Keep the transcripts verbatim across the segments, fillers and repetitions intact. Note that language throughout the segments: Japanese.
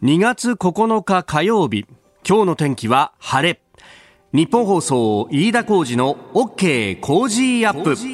にがつここのか火曜日、今日の天気は晴れ。日本放送飯田浩司の OK 工事アップ。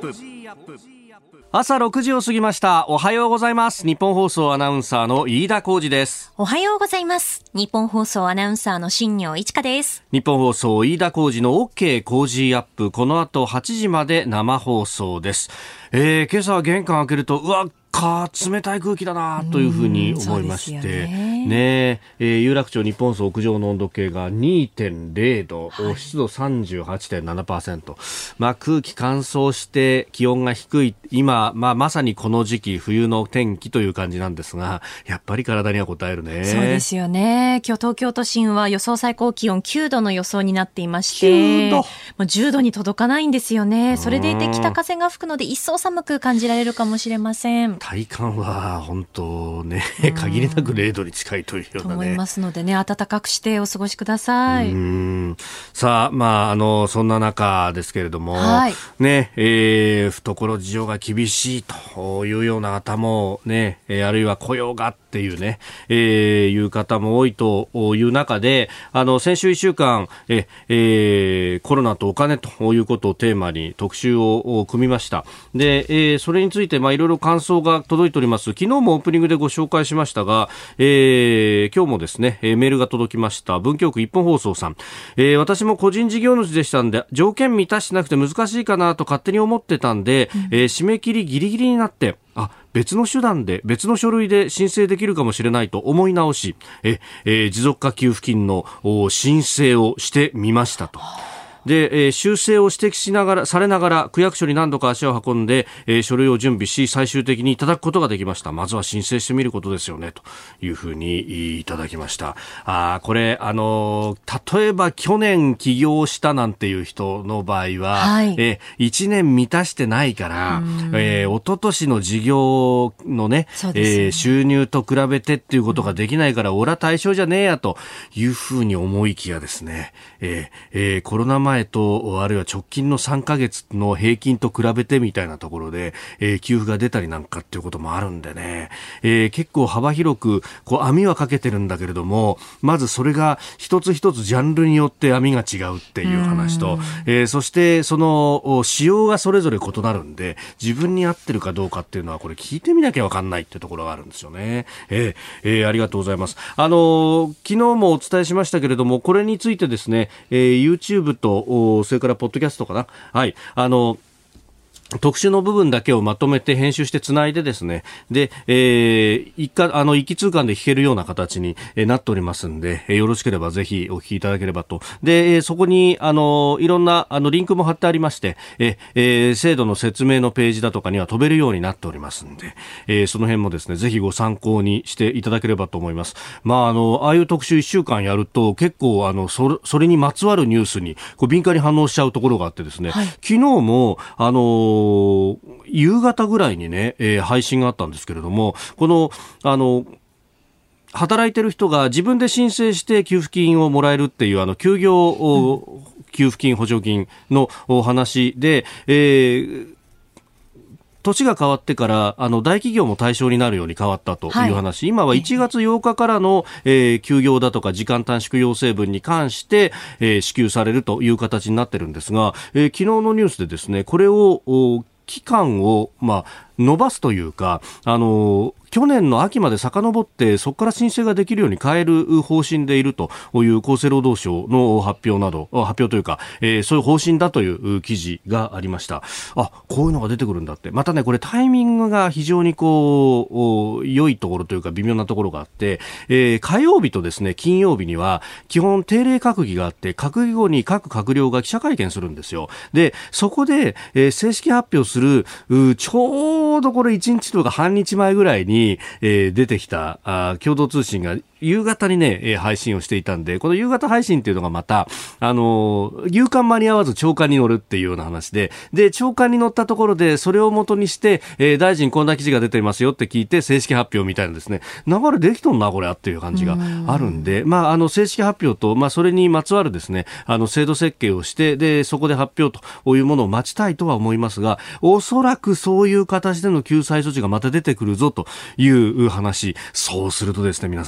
朝ろくじを過ぎました。おはようございます。日本放送アナウンサーの飯田浩司です。 おはようございます。日本放送アナウンサーの新業一華です。 日本放送飯田浩司の OK 工事アップ、この後はちじまで生放送です。えー、今朝は玄関開けるとうわっか冷たい空気だなというふうに思いまして、ねねえー、有楽町日本放送屋上の温度計が にてんれいど、はい、湿度 さんじゅうはちてんななパーセント、まあ、空気乾燥して気温が低い今、まあ、まさにこの時期冬の天気という感じなんですが、やっぱり体には応えるね。 そうですよね。今日東京都心は予想最高気温きゅうどの予想になっていまして、 きゅうど、 まあ、じゅうどに届かないんですよね。それでいて北風が吹くので一層寒く感じられるかもしれません。 体感は本当ね、限りなくれいどに近いというようなね、 と思いますのでね、暖かくしてお過ごしください。 うーん、さあ、まあ、あのそんな中ですけれども、 はい、ね、 えー、懐事情が厳しいというような方もね、あるいは雇用がっていうね、えー、いう方も多いという中で、あの先週いっしゅうかんえ、えー、コロナとお金ということをテーマに特集を組みました。で、えー、それについてまあいろいろ感想が届いております。昨日もオープニングでご紹介しましたが、えー、今日もですね、メールが届きました。文京区一本放送さん、えー、私も個人事業主でしたんで条件満たしてなくて難しいかなと勝手に思ってたんで、うん、えー、締め切りギリギリになってあ別の手段で別の書類で申請できるかもしれないと思い直し、え、えー、持続化給付金の申請をしてみましたと。で、えー、修正を指摘しながらされながら区役所に何度か足を運んで、えー、書類を準備し最終的にいただくことができました。まずは申請してみることですよねというふうにいただきました。あこれ、あのー、例えば去年起業したなんていう人の場合は、はい、えー、いちねん満たしてないから、えー、一昨年の事業のね、ねえー、収入と比べてっていうことができないから、うん、俺は対象じゃねえやというふうに思いきやですね、えーえー、コロナ前とあるいは直近のさんかげつの平均と比べてみたいなところで、えー、給付が出たりなんかっていうこともあるんでね、えー、結構幅広くこう網はかけてるんだけれども、まずそれが一つ一つジャンルによって網が違うっていう話と、えー、そしてその仕様がそれぞれ異なるんで自分に合ってるかどうかっていうのはこれ聞いてみなきゃ分かんないっていうところがあるんですよね。えーえー、ありがとうございます。あのー、昨日もお伝えしましたけれども、これについてですね、えー、YouTube とそれからポッドキャストかな、はい、あの特集の部分だけをまとめて編集してつないでですね、で、えー、一回あの一気通貫で聞けるような形に、えー、なっておりますんで、えー、よろしければぜひお聞きいただければと。で、えー、そこにあのいろんなあのリンクも貼ってありまして、えー、制度の説明のページだとかには飛べるようになっておりますんで、えー、その辺もですねぜひご参考にしていただければと思います。まああのああいう特集いっしゅうかんやると結構あのそれ、それにまつわるニュースにこう敏感に反応しちゃうところがあってですね、はい、昨日もあの夕方ぐらいにね、えー、配信があったんですけれども、このあの働いてる人が自分で申請して給付金をもらえるっていうあの休業、うん、給付金補助金のお話で、えー年が変わってからあの大企業も対象になるように変わったという話、はい、今はいちがつようかからの、えー、休業だとか時間短縮要請分に関して、えー、支給されるという形になってるんですが、えー、昨日のニュースでですねこれを期間を、まあ、伸ばすというか、あの去年の秋まで遡ってそこから申請ができるように変える方針でいるという厚生労働省の発表など発表というか、えー、そういう方針だという記事がありました。あ、こういうのが出てくるんだって。またねこれタイミングが非常にこう良いところというか微妙なところがあって、えー、火曜日とですね金曜日には基本定例閣議があって、閣議後に各閣僚が記者会見するんですよ。でそこで、えー、正式発表するちょうどこれいちにちとか半日前ぐらいにえー、出てきたあ共同通信が夕方にね、えー、配信をしていたんで、この夕方配信っていうのがまた、あのー、夕刊間に合わず朝刊に載るっていうような話で、で、朝刊に載ったところで、それを元にして、えー、大臣こんな記事が出ていますよって聞いて、正式発表みたいなですね、流れできとんな、これ、っていう感じがあるんで、まあ、あの、正式発表と、まあ、それにまつわるですね、あの、制度設計をして、で、そこで発表というものを待ちたいとは思いますが、おそらくそういう形での救済措置がまた出てくるぞという話、そうするとですね、皆さん、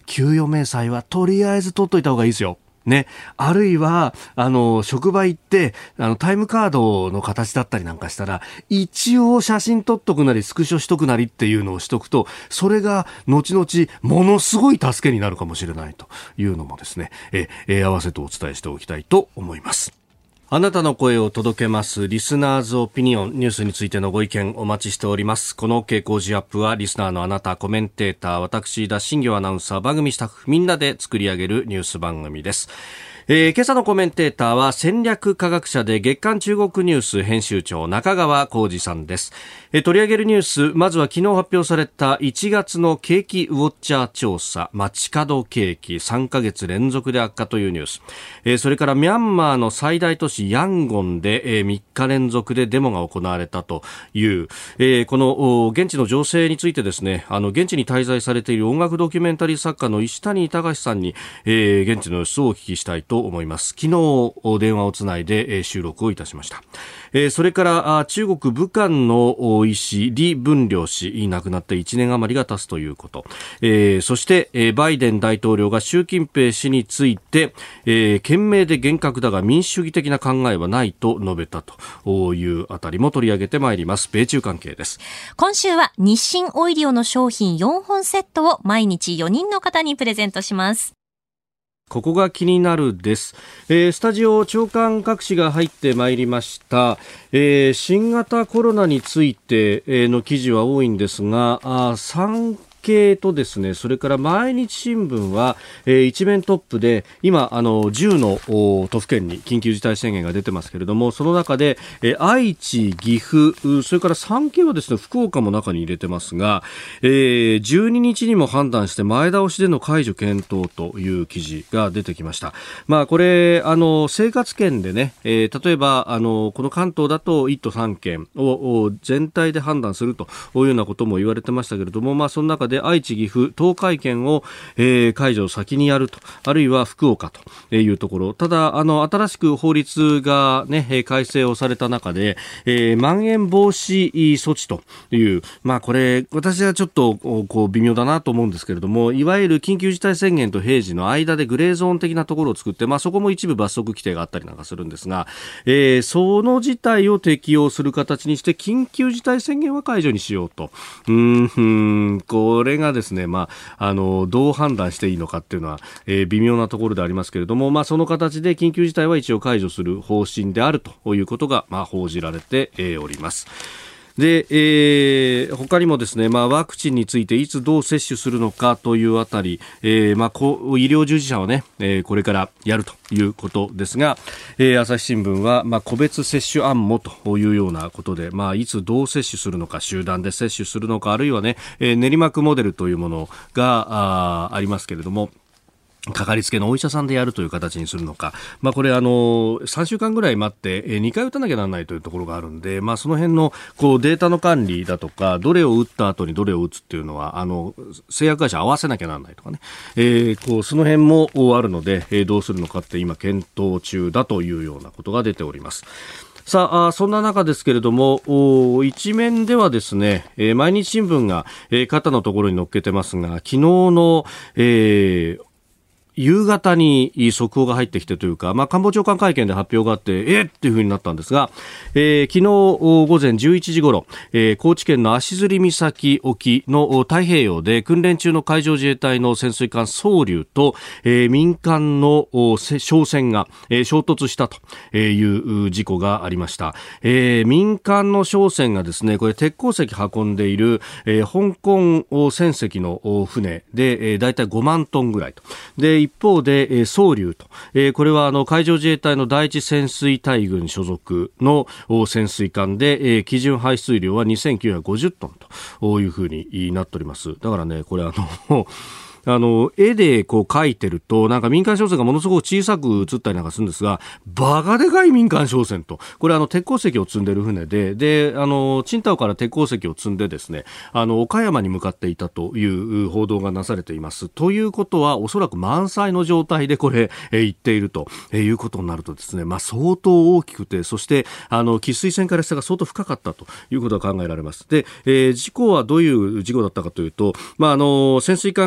給与明細はとりあえず取っといた方がいいですよ。ね、あるいはあの職場行ってあのタイムカードの形だったりなんかしたら一応写真撮っとくなりスクショしとくなりっていうのをしとくと、それが後々ものすごい助けになるかもしれないというのもですね、ええ合わせてお伝えしておきたいと思います。あなたの声を届けますリスナーズオピニオン、ニュースについてのご意見お待ちしております。この OK 工事アップはリスナーのあなた、コメンテーター、私田新行アナウンサー、番組スタッフみんなで作り上げるニュース番組です。えー、今朝のコメンテーターは戦略科学者で月刊中国ニュース編集長中川浩二さんです。えー、取り上げるニュース、まずは昨日発表されたいちがつの景気ウォッチャー調査、街角景気さんかげつ連続で悪化というニュース、えー、それからミャンマーの最大都市ヤンゴンで、えー、みっか連続でデモが行われたという、えー、この現地の情勢についてですね、あの現地に滞在されている音楽ドキュメンタリー作家の石谷隆さんに、えー、現地の様子をお聞きしたいとと思います。昨日電話をつないで収録をいたしました。それから中国武漢の医師李文亮氏亡くなっていちねん余りが経つということ、そしてバイデン大統領が習近平氏について賢明で厳格だが民主主義的な考えはないと述べたというあたりも取り上げてまいります。米中関係です。 今週は日清オイリオの商品よんほんセットを毎日よにんの方にプレゼントします。 ここが気になるです。えー、スタジオ長官各紙が入ってまいりました。えー、新型コロナについての記事は多いんですが、あ産経とですね、それから毎日新聞は、えー、一面トップで今あのじゅうの都府県に緊急事態宣言が出てますけれども、その中で、えー、愛知、岐阜、それから産経はですね、福岡も中に入れてますが、えー、じゅうににちにも判断して前倒しでの解除検討という記事が出てきました。まあこれあの生活圏でね、えー、例えばあのこの関東だといっ都さん県を全体で判断するというようなことも言われてましたけれども、まあその中で愛知、岐阜、東海圏を、えー、解除を先にやると、あるいは福岡というところ。ただあの新しく法律が、ね、改正をされた中で、えー、まん延防止措置という、まあこれ私はちょっとこう微妙だなと思うんですけれども、いわゆる緊急事態宣言と平時の間でグレーゾーン的なところを作って、まあそこも一部罰則規定があったりなんかするんですが、えー、その事態を適用する形にして緊急事態宣言は解除にしようと。うーん、これこれがですね、まあ、あのどう判断していいのかっていうのは、えー、微妙なところでありますけれども、まあ、その形で緊急事態は一応解除する方針であるということが、まあ、報じられて、えー、おります。で、えー、他にもですね、まあ、ワクチンについていつどう接種するのかというあたり、えーまあ、こう医療従事者はね、えー、これからやるということですが、えー、朝日新聞は、まあ、個別接種案もというようなことで、まあ、いつどう接種するのか、集団で接種するのか、あるいはね、えー、練馬区モデルというものが あ, ありますけれども、かかりつけのお医者さんでやるという形にするのか、まあ、これあのさんしゅうかんぐらい待ってにかい打たなきゃならないというところがあるんで、まあ、その辺のこうデータの管理だとか、どれを打った後にどれを打つっていうのはあの製薬会社合わせなきゃならないとかね、えー、こうその辺もあるので、えー、どうするのかって今検討中だというようなことが出ております。さあ、そんな中ですけれども、一面ではですね、えー、毎日新聞が、えー、肩のところに載っけてますが、昨日の、えー夕方に速報が入ってきてというか、まあ、官房長官会見で発表があって、えー、っていう風になったんですが、えー、昨日午前じゅういちじ頃、えー、高知県の足摺岬沖の太平洋で訓練中の海上自衛隊の潜水艦蒼龍と、えー、民間の商船が、えー、衝突したという事故がありました。えー、民間の商船がですね、これ鉄鉱石運んでいる、えー、香港船籍の船で、えー、だいたいごまんトンぐらいと。で一方で、えー、蒼龍と、えー、これはあの海上自衛隊の第一潜水隊群所属の潜水艦で、えー、基準排出量はにせんきゅうひゃくごじゅうトンというふうになっております。だからね、これあのあの絵でこう描いてるとなんか民間商船がものすごく小さく映ったりなんかするんですが、バカでかい民間商船と、これあの鉄鉱石を積んでる船で、であの青島から鉄鉱石を積んでですね、あの岡山に向かっていたという報道がなされています。ということはおそらく満載の状態でこれ、えー、行っていると、えー、いうことになるとですね、まあ、相当大きくて、そしてあの喫水線から下が相当深かったということが考えられます。で、えー、事故はどういう事故だったかというと、まあ、あの潜水艦がまあ下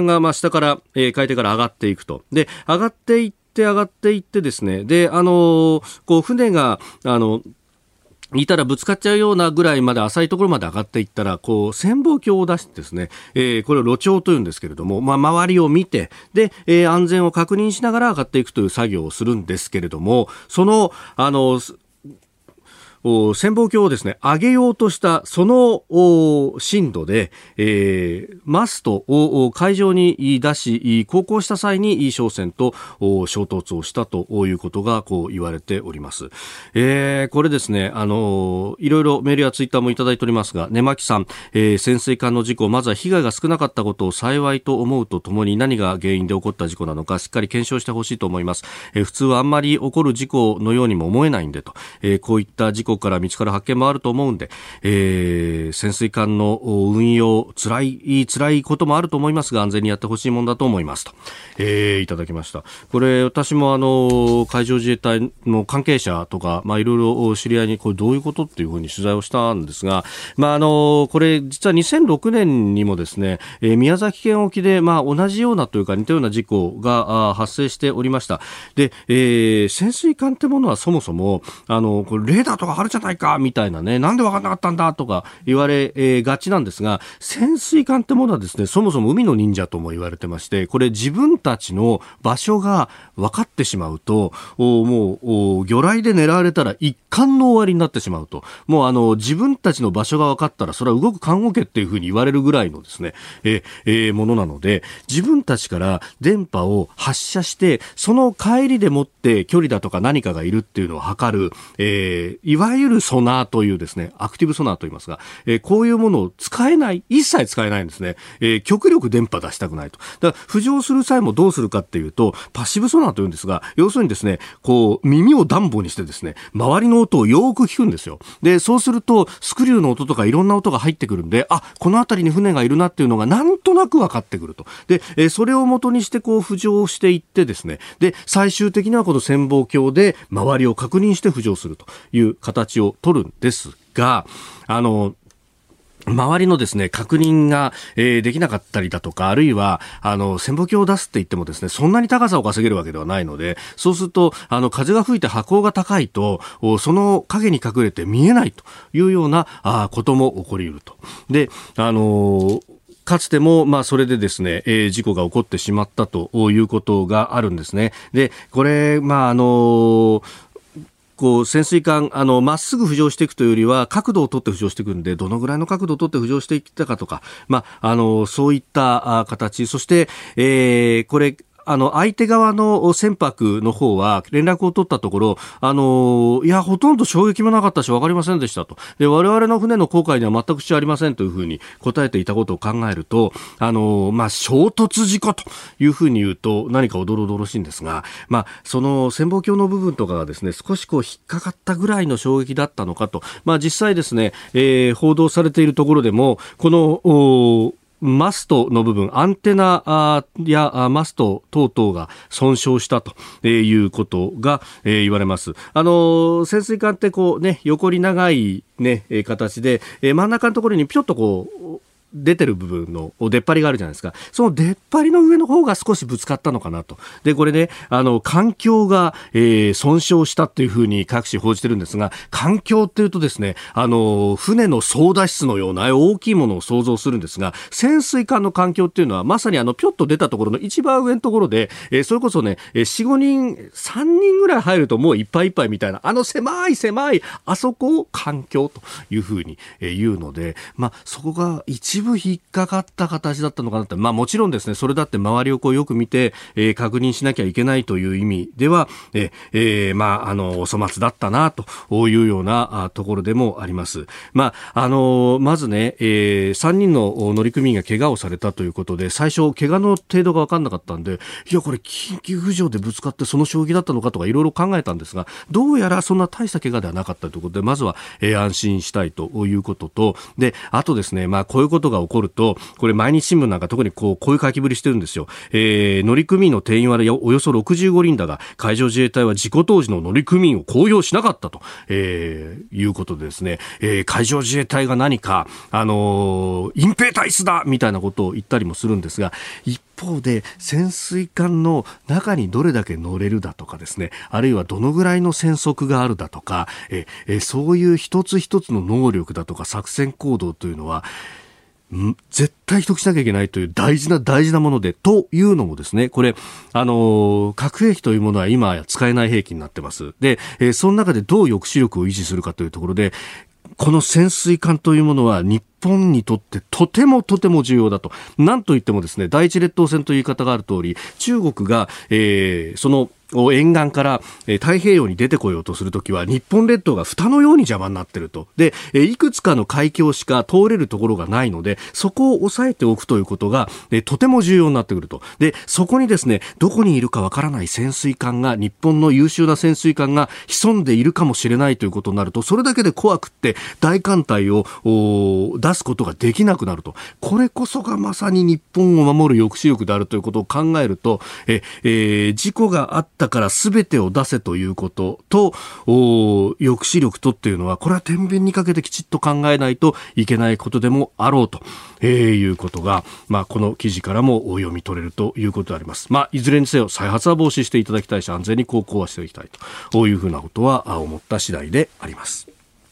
下から、えー、海底から上がっていくと。で、上がっていって上がっていってですね、で、あのー、こう船があのいたらぶつかっちゃうようなぐらいまで浅いところまで上がっていったら、こう潜望鏡を出してですね、えー、これを路長というんですけれども、まあ、周りを見て、で、えー、安全を確認しながら上がっていくという作業をするんですけれども、そのあの潜望鏡をですね上げようとしたその深度で、えー、マストを海上に出し航行した際に商船と衝突をしたということがこう言われております。えー、これですね、あのいろいろメールやツイッターもいただいておりますが、根巻さん、えー、潜水艦の事故、まずは被害が少なかったことを幸いと思うとともに、何が原因で起こった事故なのかしっかり検証してほしいと思います。えー、普通はあんまり起こる事故のようにも思えないんでと、えー、こういった事故から見つかる発見もあると思うんで、えー、潜水艦の運用つらい辛いこともあると思いますが、安全にやってほしいものだと思いますと、えー、いただきました。これ私もあの海上自衛隊の関係者とか、まあ、いろいろ知り合いにこれどういうことっていうふうに取材をしたんですが、まあ、あのこれ実はにせんろくねんにもですね、えー、宮崎県沖で、まあ、同じようなというか似たような事故が発生しておりました。で、えー、潜水艦ってものはそもそもあのこれレーダーとかあるじゃないかみたいなね、なんで分かんなかったんだとか言われ、えー、がちなんですが、潜水艦ってものはですね、そもそも海の忍者とも言われてまして、これ自分たちの場所が分かってしまうと、もう魚雷で狙われたら一貫の終わりになってしまうと、もうあの自分たちの場所が分かったらそれは動く看護家っていうふうに言われるぐらいのですね、えーえー、ものなので、自分たちから電波を発射してその帰りでもって距離だとか何かがいるっていうのを測る、えー、いわゆるソナーというですね、アクティブソナーと言いますが、えー、こういうものを使えない、一切使えないんですね。えー、極力電波出したくないと。だから浮上する際もどうするかっていうと、パッシブソナーというんですが、要するにですね、こう耳を暖房にしてですね、周りの音をよーく聞くんですよ。で、そうするとスクリューの音とかいろんな音が入ってくるんで、あ、この辺りに船がいるなっていうのがなんとなく分かってくると。で、えー、それを元にしてこう浮上していってですね、で、最終的にはこの潜望鏡で周りを確認して浮上するという形を取るんですが、あの周りのですね確認が、えー、できなかったりだとか、あるいはあの潜望鏡を出すって言ってもですね、そんなに高さを稼げるわけではないので、そうするとあの風が吹いて波高が高いとその影に隠れて見えないというようなあことも起こり得ると。で、あのーかつても、まあ、それでですね、えー、事故が起こってしまったということがあるんですね。で、これ、まあ、あのーこう潜水艦あのまっすぐ浮上していくというよりは角度を取って浮上していくんで、どのぐらいの角度を取って浮上していったかとか、まあ、あのそういった形、そして、えー、これあの相手側の船舶の方は連絡を取ったところ、あのいやほとんど衝撃もなかったし分かりませんでしたと。で、我々の船の航海には全く口ありませんというふうに答えていたことを考えると、あのまあ、衝突事故というふうに言うと何かおどろおどろしいんですが、まあ、その潜望鏡の部分とかがですね少しこう引っかかったぐらいの衝撃だったのかと、まあ、実際ですね、えー、報道されているところでもこのマストの部分、アンテナやマスト等々が損傷したということが言われます。あの潜水艦ってこうね、横に長いね形で真ん中のところにピョッとこう出てる部分の出っ張りがあるじゃないですか。その出っ張りの上の方が少しぶつかったのかなと。で、これね、あの環境が、えー、損傷したっていうふうに各紙報じてるんですが、環境っていうとですね、あの船の操舵室のような大きいものを想像するんですが、潜水艦の環境っていうのはまさにあのピョッと出たところの一番上のところで、えー、それこそね、よん、ごにんさんにんぐらい入るともういっぱいいっぱいみたいな、あの狭い狭いあそこを環境というふうに言うので、まあそこが一部引っかかった形だったのかなって、まあもちろんですね、それだって周りをこうよく見て、えー、確認しなきゃいけないという意味では、えーえー、まああのお粗末だったなというようなところでもあります。まああのまずね、えー、さんにんの乗組員が怪我をされたということで、最初怪我の程度が分かんなかったんで、いやこれ緊急浮上でぶつかってその衝撃だったのかとかいろいろ考えたんですが、どうやらそんな大した怪我ではなかったということで、まずは、えー、安心したいということと、であとですね、まあこういうことことが起こると、これ毎日新聞なんか特にこうこういう書きぶりしてるんですよ。えー、乗組員の定員はおよそろくじゅうごにんだが、海上自衛隊は事故当時の乗組員を公表しなかったと、えー、いうことでですね、えー、海上自衛隊が何か、あのー、隠蔽体質だみたいなことを言ったりもするんですが、一方で潜水艦の中にどれだけ乗れるだとかですね、あるいはどのぐらいの戦速があるだとか、ええそういう一つ一つの能力だとか作戦行動というのは絶対取得しなきゃいけないという大事な大事なもので、というのもですね、これあの核兵器というものは今や使えない兵器になってます。で、えー、その中でどう抑止力を維持するかというところで、この潜水艦というものは日本にとってとてもとても重要だと。なんといってもですね、第一列島線という言い方がある通り、中国が、えー、その沿岸から太平洋に出てこようとするときは日本列島が蓋のように邪魔になっていると。で、いくつかの海峡しか通れるところがないので、そこを抑えておくということがとても重要になってくると。で、そこにですね、どこにいるかわからない潜水艦が、日本の優秀な潜水艦が潜んでいるかもしれないということになると、それだけで怖くって大艦隊を出すことができなくなると。これこそがまさに日本を守る抑止力であるということを考えると、え、えー、事故があっただから全てを出せということと抑止力とっていうのは、これは天秤にかけてきちっと考えないといけないことでもあろうと、えー、いうことが、まあ、この記事からも読み取れるということであります。まあ、いずれにせよ再発は防止していただきたいし、安全に航行はしていきたいというふうなことは思った次第であります。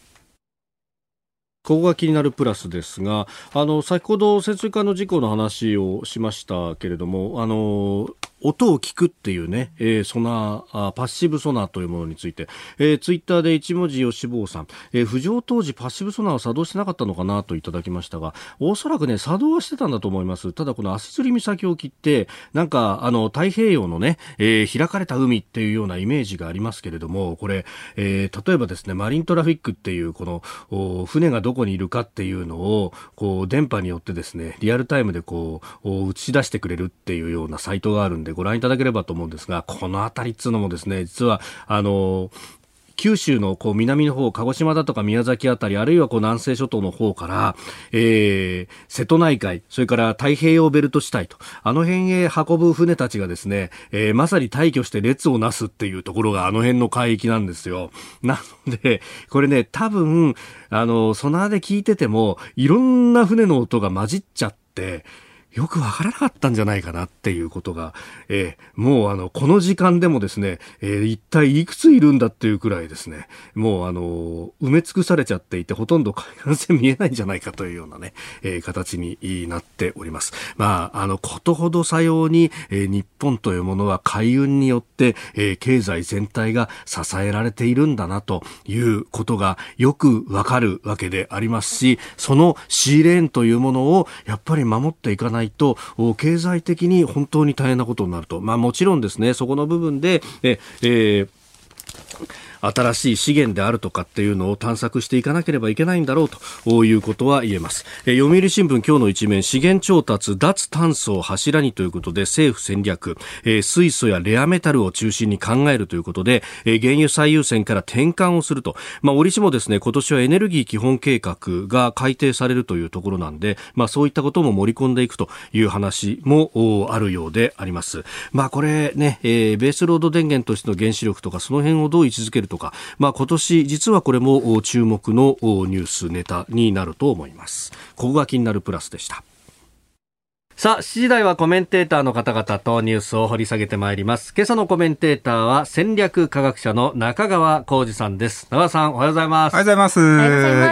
ここが気になるプラスですが、あの先ほど潜水艦の事故の話をしましたけれども、あの音を聞くっていうね、えー、ソナー、パッシブソナーというものについて、えー、ツイッターで一文字吉坊さん、えー、浮上当時パッシブソナーは作動してなかったのかなといただきましたが、おそらくね作動はしてたんだと思います。ただこの足摺岬沖ってなんかあの太平洋のね、えー、開かれた海っていうようなイメージがありますけれども、これ、えー、例えばですね、マリントラフィックっていうこの船がどこにいるかっていうのをこう電波によってですね、リアルタイムでこう映し出してくれるっていうようなサイトがあるんでご覧いただければと思うんですが、このあたりっていうのもですね、実はあの九州のこう南の方、鹿児島だとか宮崎あたり、あるいはこう南西諸島の方から、えー、瀬戸内海、それから太平洋ベルト地帯と、あの辺へ運ぶ船たちがですね、えー、まさに大挙して列をなすっていうところがあの辺の海域なんですよ。なのでこれね、多分あのソナーで聞いててもいろんな船の音が混じっちゃってよくわからなかったんじゃないかなっていうことが、えー、もうあのこの時間でもですね、えー、一体いくついるんだっていうくらいですね、もうあの埋め尽くされちゃっていて、ほとんど海岸線見えないんじゃないかというようなね、えー、形になっております。まああのことほどさように、えー、日本というものは海運によって、えー、経済全体が支えられているんだなということがよくわかるわけでありますし、そのシーレーンというものをやっぱり守っていかないと経済的に本当に大変なことになると。まあもちろんですね、そこの部分でえ、えー新しい資源であるとかっていうのを探索していかなければいけないんだろうということは言えます。えー、読売新聞今日の一面、資源調達脱炭素を柱にということで政府戦略、えー、水素やレアメタルを中心に考えるということで、えー、原油最優先から転換をすると。まあ折しもですね、今年はエネルギー基本計画が改定されるというところなんで、まあそういったことも盛り込んでいくという話もあるようであります。まあこれね、えー、ベースロード電源としての原子力とかその辺をどう位置づけるとか、まあ、今年実はこれも注目のニュースネタになると思います。ここが気になるプラスでした。さあ、しちじ台はコメンテーターの方々とニュースを掘り下げてまいります。今朝のコメンテーターは戦略科学者の中川浩二さんです。中川さん、おはようございます。 おはようございます。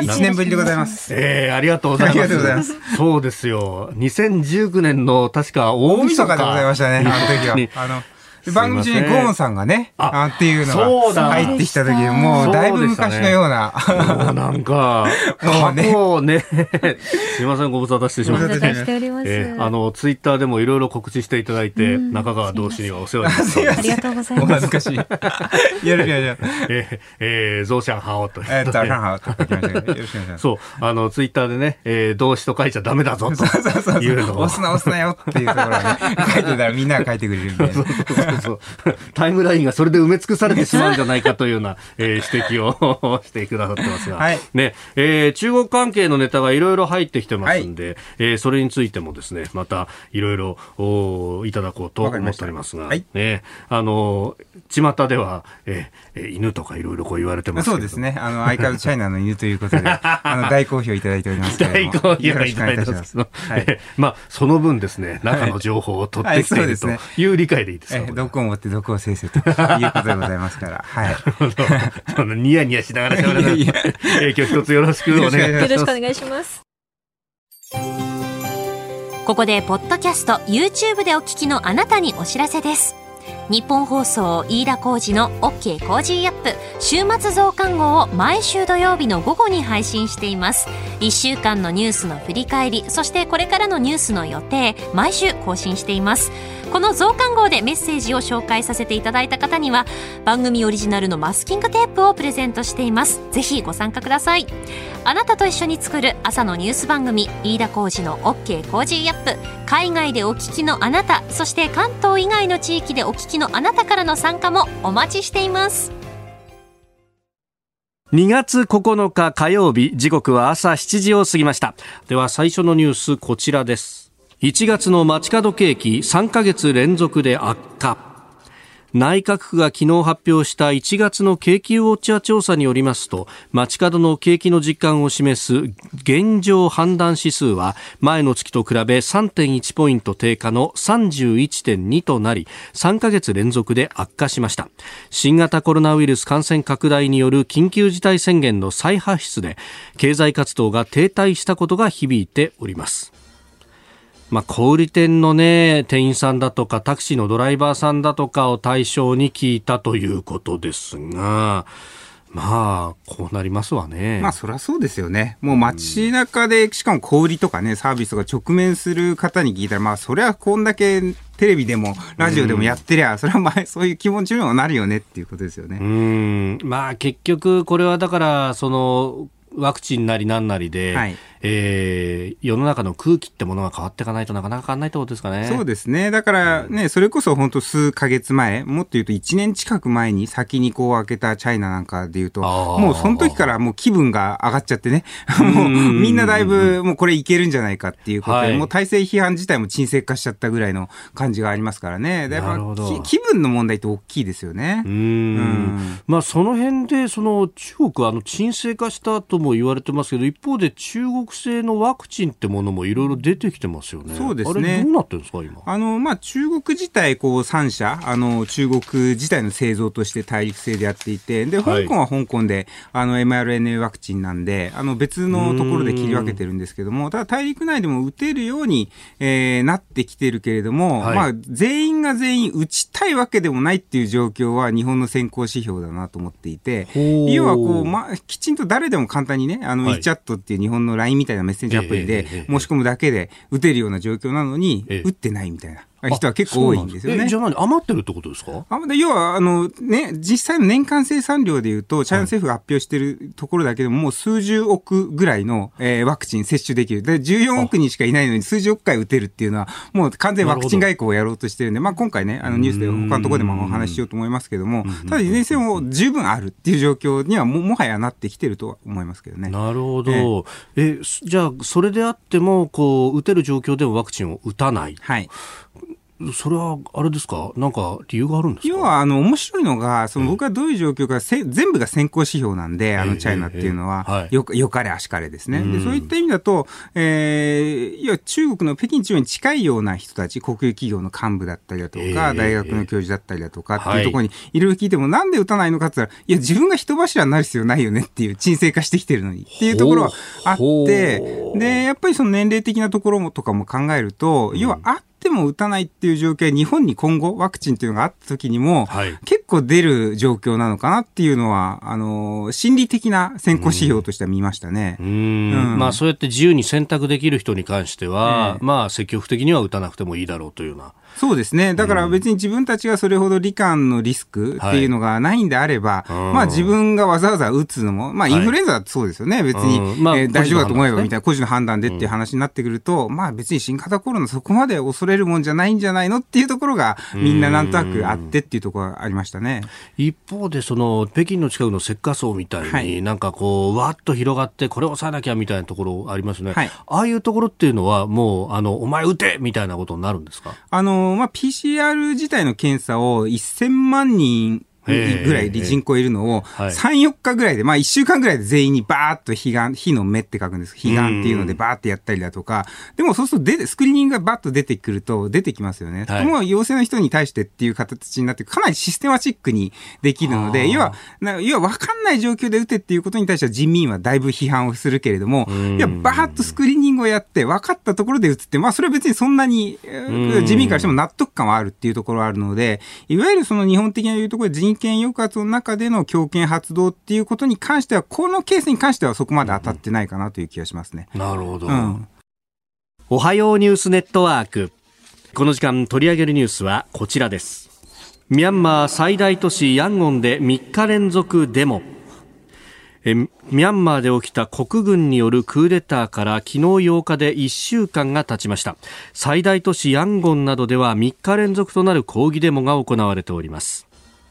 一年ぶりでございます。 えー、ありがとうございます。 ありがとうございます。 そうですよ。にせんじゅうきゅうねんの確か大晦日でございましたね。あの時は。あの番組中にゴーンさんがね、あっていうのが入ってきた時、もうだいぶ昔のような。 もうなんか、過去ね、すいません、ご無沙汰してしまって。 ご無沙汰しております。 えー、あの、ツイッターでもいろいろ告知していただいて、中川同志にはお世話になっております。 ありがとうございます。 お恥ずかしい。やるやるやる。 えー、えー、ゾウシャンハオと。 えー、ゾウシャンハオと書きましたけど、よろしくお願いします。 そう、あの、ツイッターでね、えー、動詞と書いちゃダメだぞというのを。 押すな押すなよっていうところをね、書いてたらみんなが書いてくれるんで。 そうそうタイムラインがそれで埋め尽くされてしまうんじゃないかというような、えー、指摘をしてくださってますが、はいねえー、中国関係のネタがいろいろ入ってきてますんで、はいえー、それについてもですねまたいろいろいただこうと思っておりますが、はいね、あの巷では、えー、犬とかいろいろこう言われてますけど、 そうですね、あの相変わらずチャイナの犬ということであの大好評いただいておりますけれども、 大好評いただいております、はいえーまあ、その分ですね中の情報を取ってきているという理解でいいですか、 はいはい、毒を持って毒を制せということでございますからはい、 そのニヤニヤしながらしゃべらない今日一つよろしくお願いします。 よろしくお願いします。ここでポッドキャスト YouTube でお聞きのあなたにお知らせです。日本放送飯田浩司の OK コージーアップ週末増刊号を毎週土曜日の午後に配信しています。いっしゅうかんのニュースの振り返り、そしてこれからのニュースの予定、毎週更新しています。この増刊号でメッセージを紹介させていただいた方には番組オリジナルのマスキングテープをプレゼントしています。ぜひご参加ください。あなたと一緒に作る朝のニュース番組飯田浩司の OK コージーアップ、海外でお聞きのあなた、そして関東以外の地域でお聞きのあなたからの参加もお待ちしています。 にがつここのか火曜日、時刻は朝しちじを過ぎました。では最初のニュースこちらです。いちがつの街角景気さんかげつ連続で悪化。内閣府が昨日発表したいちがつの景気ウォッチャー調査によりますと、街角の景気の実感を示す現状判断指数は前の月と比べ さんてんいち ポイント低下の さんじゅういってんに となり、さんかげつ連続で悪化しました。新型コロナウイルス感染拡大による緊急事態宣言の再発出で経済活動が停滞したことが響いております。まあ、小売店のね、店員さんだとかタクシーのドライバーさんだとかを対象に聞いたということですが、まあこうなりますわね。 まあそりゃそうですよね。もう街中でしかも小売りとかねサービスとか直面する方に聞いたら、まあそれはこんだけテレビでもラジオでもやってりゃ、それはまあそういう気持ちにもなるよねっていうことですよね。 うーん、まあ結局これはだからそのワクチンなりなんなりで、はいえー、世の中の空気ってものが変わっていかないとなかなか変わらないってことですかね。 そうですね。だからね、うん、それこそ本当数ヶ月前、もっと言うといちねん近く前に先にこう開けたチャイナなんかで言うと、もうその時からもう気分が上がっちゃってね、もうみんなだいぶもうこれいけるんじゃないかっていうことで、はい、もう体制批判自体も沈静化しちゃったぐらいの感じがありますからね。だから気分の問題って大きいですよね。 うーん、うん、まあその辺でその中国はあの沈静化したとも言われてますけど、一方で中国製のワクチンってものもいろいろ出てきてますよね。 そうですね。 あれどうなってるんですか今。 あのまあ中国自体こうさん社あの中国自体の製造として大陸製でやっていて、で香港は香港で、はい、あの エムアールエヌエー ワクチンなんであの別のところで切り分けてるんですけども、ただ大陸内でも打てるように、えー、なってきてるけれども、はい、まあ全員が全員打ちたいわけでもないっていう状況は日本の先行指標だなと思っていて、要はこうまあきちんと誰でも簡単にねあの、はい、WeChat っていう日本の ライン みたいなメッセンジアプリで申し込むだけで打てるような状況なのに、打ってないみたいな人は結構多いんですよね。 じゃあ何余ってるってことですか？ あ要はあの、ね、実際の年間生産量でいうとチャイナ政府が発表しているところだけでももう数十億ぐらいの、えー、ワクチン接種できる。でじゅうよんおくにんしかいないのに数十億回打てるっていうのはもう完全にワクチン外交をやろうとしてるんで、まあ、今回ねあのニュースで他のところでもお話ししようと思いますけども、ただいずれにせよ十分あるっていう状況には も, もはやなってきてるとは思いますけどね。 なるほど。えー、えじゃあそれであってもこう打てる状況でもワクチンを打たない。 はい。 それはあれですか、なんか理由があるんですか？ 要はあの面白いのがその僕はどういう状況か、せ全部が先行指標なんで、あのチャイナっていうのは、えーえーはい、よ, よかれあしかれですね。でそういった意味だと、えー、いや中国の北京地方に近いような人たち、国有企業の幹部だったりだとか、えー、大学の教授だったりだとかっていうところにいろいろ聞いても、なんで打たないのかって言ったら、いや自分が人柱になる必要ないよねっていう沈静化してきてるのにっていうところはあって、でやっぱりその年齢的なところもとかも考えると、要はあっても打たないっていう状況は日本に今後ワクチンっていうのがあった時にも、はい、結構出る状況なのかなっていうのは、あの、心理的な先行指標としては見ましたね。 うん。うんまあ、そうやって自由に選択できる人に関しては、えー、まあ、積極的には打たなくてもいいだろうというような。 そうですね。だから別に自分たちがそれほど罹患のリスクっていうのがないんであれば、はい、まあ自分がわざわざ打つのも、まあインフルエンザはそうですよね。はい、別に、うんまあえー、大丈夫だと思えばみたいな個人の判断でっていう話になってくると、うん、まあ別に新型コロナそこまで恐れるもんじゃないんじゃないのっていうところがみんななんとなくあってっていうところがありましたね。 一方でその北京の近くの石化層みたいに、はい、なんかこうわっと広がってこれを抑えなきゃみたいなところありますね。はい、ああいうところっていうのはもうあのお前打てみたいなことになるんですか？ あのまあ ピーシーアール 自体の検査をせんまんにんぐらいで人口いるのをさん、よっかぐらいで、まあいっしゅうかんぐらいで全員にバーッと火がん、火の目って書くんです。火眼っていうのでバーッとやったりだとか、でもそうすると出て、スクリーニングがバーッと出てくると出てきますよね。はい、もう陽性の人に対してっていう形になってかなりシステマチックにできるので、要は、要は分かんない状況で打てっていうことに対しては人民はだいぶ批判をするけれども、いや、バーッとスクリーニングをやって分かったところで打つって、まあそれは別にそんなに人民からしても納得感はあるっていうところがあるので、いわゆるその日本的ないうところで人権抑圧の中での強権発動っていうことに関しては、このケースに関してはそこまで当たってないかなという気がしますね。 なるほど。うん、おはようニュースネットワーク。この時間取り上げるニュースはこちらです。ミャンマー最大都市ヤンゴンでみっか連続デモ。えミャンマーで起きた国軍によるクーデターから昨日ようかでいっしゅうかんが経ちました。最大都市ヤンゴンなどではみっか連続となる抗議デモが行われております。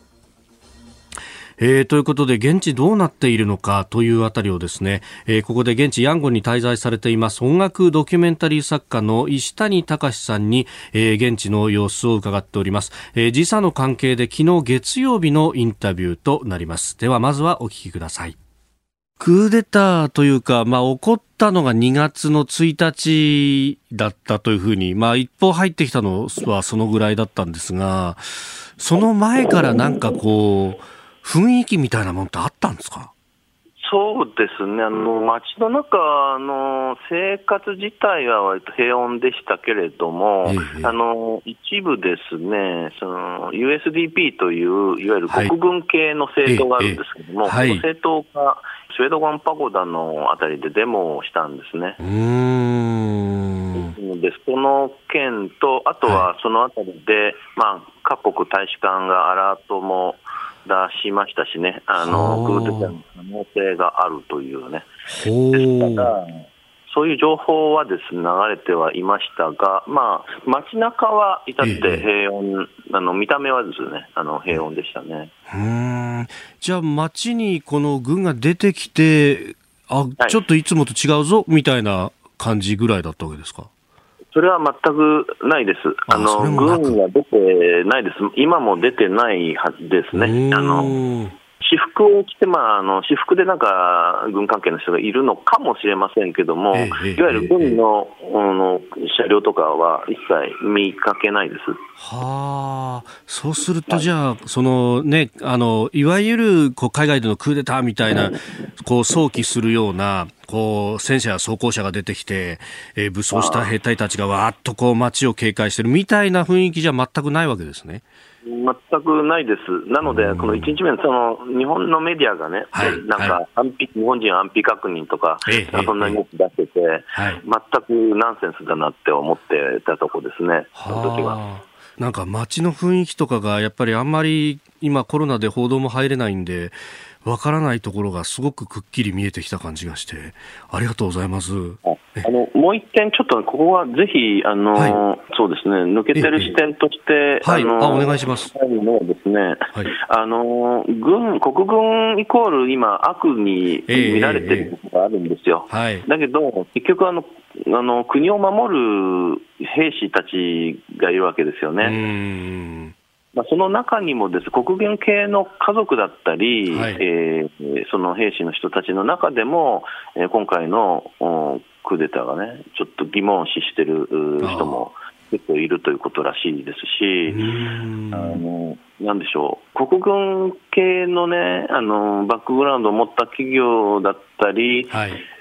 えー、ということで現地どうなっているのかというあたりをですね、えー、ここで現地ヤンゴンに滞在されています音楽ドキュメンタリー作家の石谷隆さんに、えー、現地の様子を伺っております。えー、時差の関係で昨日月曜日のインタビューとなります。ではまずはお聞きください。クーデターというか、まあ、起こったのがにがつのついたちだったというふうに、まあ、一報入ってきたのはそのぐらいだったんですが、その前からなんかこう雰囲気みたいなものってあったんですか？ そうですね、あの街の中の生活自体は割と平穏でしたけれども、ええ、あの一部ですね、その ユーエスディーピー といういわゆる国軍系の政党があるんですけども、はい、この政党がスウェードガンパゴダのあたりでデモをしたんですね。 うーんでその件と、あとはそのあたりで、はいまあ、各国大使館がアラートも出しましたしね、あのクーデターの可能性があるというね、ですからそういう情報はですね流れてはいましたが、まあ、街中は至って平穏、ええ、あの見た目はですねあの平穏でしたね。 うーんじゃあ街にこの軍が出てきてあ、はい、ちょっといつもと違うぞみたいな感じぐらいだったわけですか？ それは全くないです。あの軍は出てないです。今も出てないはずですね。あの私服を着て、まあ、あの私服でなんか軍関係の人がいるのかもしれませんけども、ええ、いわゆる軍の、ええ、の車両とかは一切見かけないです。 はあ、そうするとじゃあ、はい、そのね、あのいわゆるこう海外でのクーデターみたいな、こう想起するようなこう戦車や装甲車が出てきて、えー、武装した兵隊たちがわーっとこう街を警戒してるみたいな雰囲気じゃ全くないわけですね。 全くないです。なので、このいちにちめの、その日本のメディアがね、はい、なんか安否、日本人安否確認とか、ええ、そんなニュース出してて、はい、全くナンセンスだなって思ってたとこですね、その時は。 なんか街の雰囲気とかがやっぱりあんまり今コロナで報道も入れないんでわからないところがすごくくっきり見えてきた感じがしてありがとうございます。 ああのもう一点ちょっとここはぜひあの、はい、そうですね抜けてる視点として、 はい、あのあお願いします。 のですね、はい、あの軍国軍イコール今悪に見られてることがあるんですよ、えーえーはい、だけど結局あのあの国を守る兵士たちがいるわけですよね。うーんまあ、その中にもです国軍系の家族だったり、はいえー、その兵士の人たちの中でも、えー、今回のクーデターがねちょっと疑問を視している人も結構いるということらしいですし、あのなんでしょう国軍系のねあのバックグラウンドを持った企業だったり、はい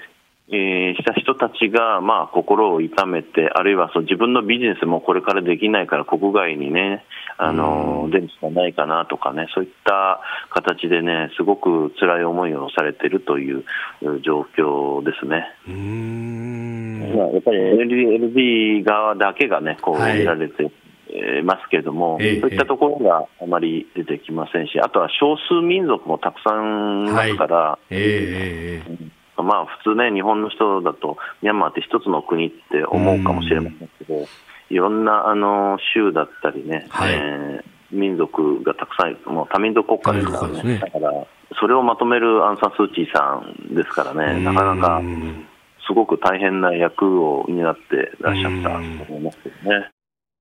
えー、した人たちが、まあ、心を痛めて、あるいはそう自分のビジネスもこれからできないから国外にね、あの出るしかないかなとかね、そういった形でね、すごく辛い思いをされているという状況ですね。うーん、まあ、やっぱり エルディー、エルディー 側だけがね、こう見られて、はい、ますけれども、えー、そういったところがあまり出てきませんし、あとは少数民族もたくさんいますから、はい、えーうん、まあ、普通ね、日本の人だとミャンマーって一つの国って思うかもしれませんけど、いろんなあの州だったりね、はい、えー、民族がたくさんいる、もう多民族国家ですからね、ね、だからそれをまとめるアンサン・スー・チーさんですからね、なかなかすごく大変な役を担っていらっしゃったと思いますけどね。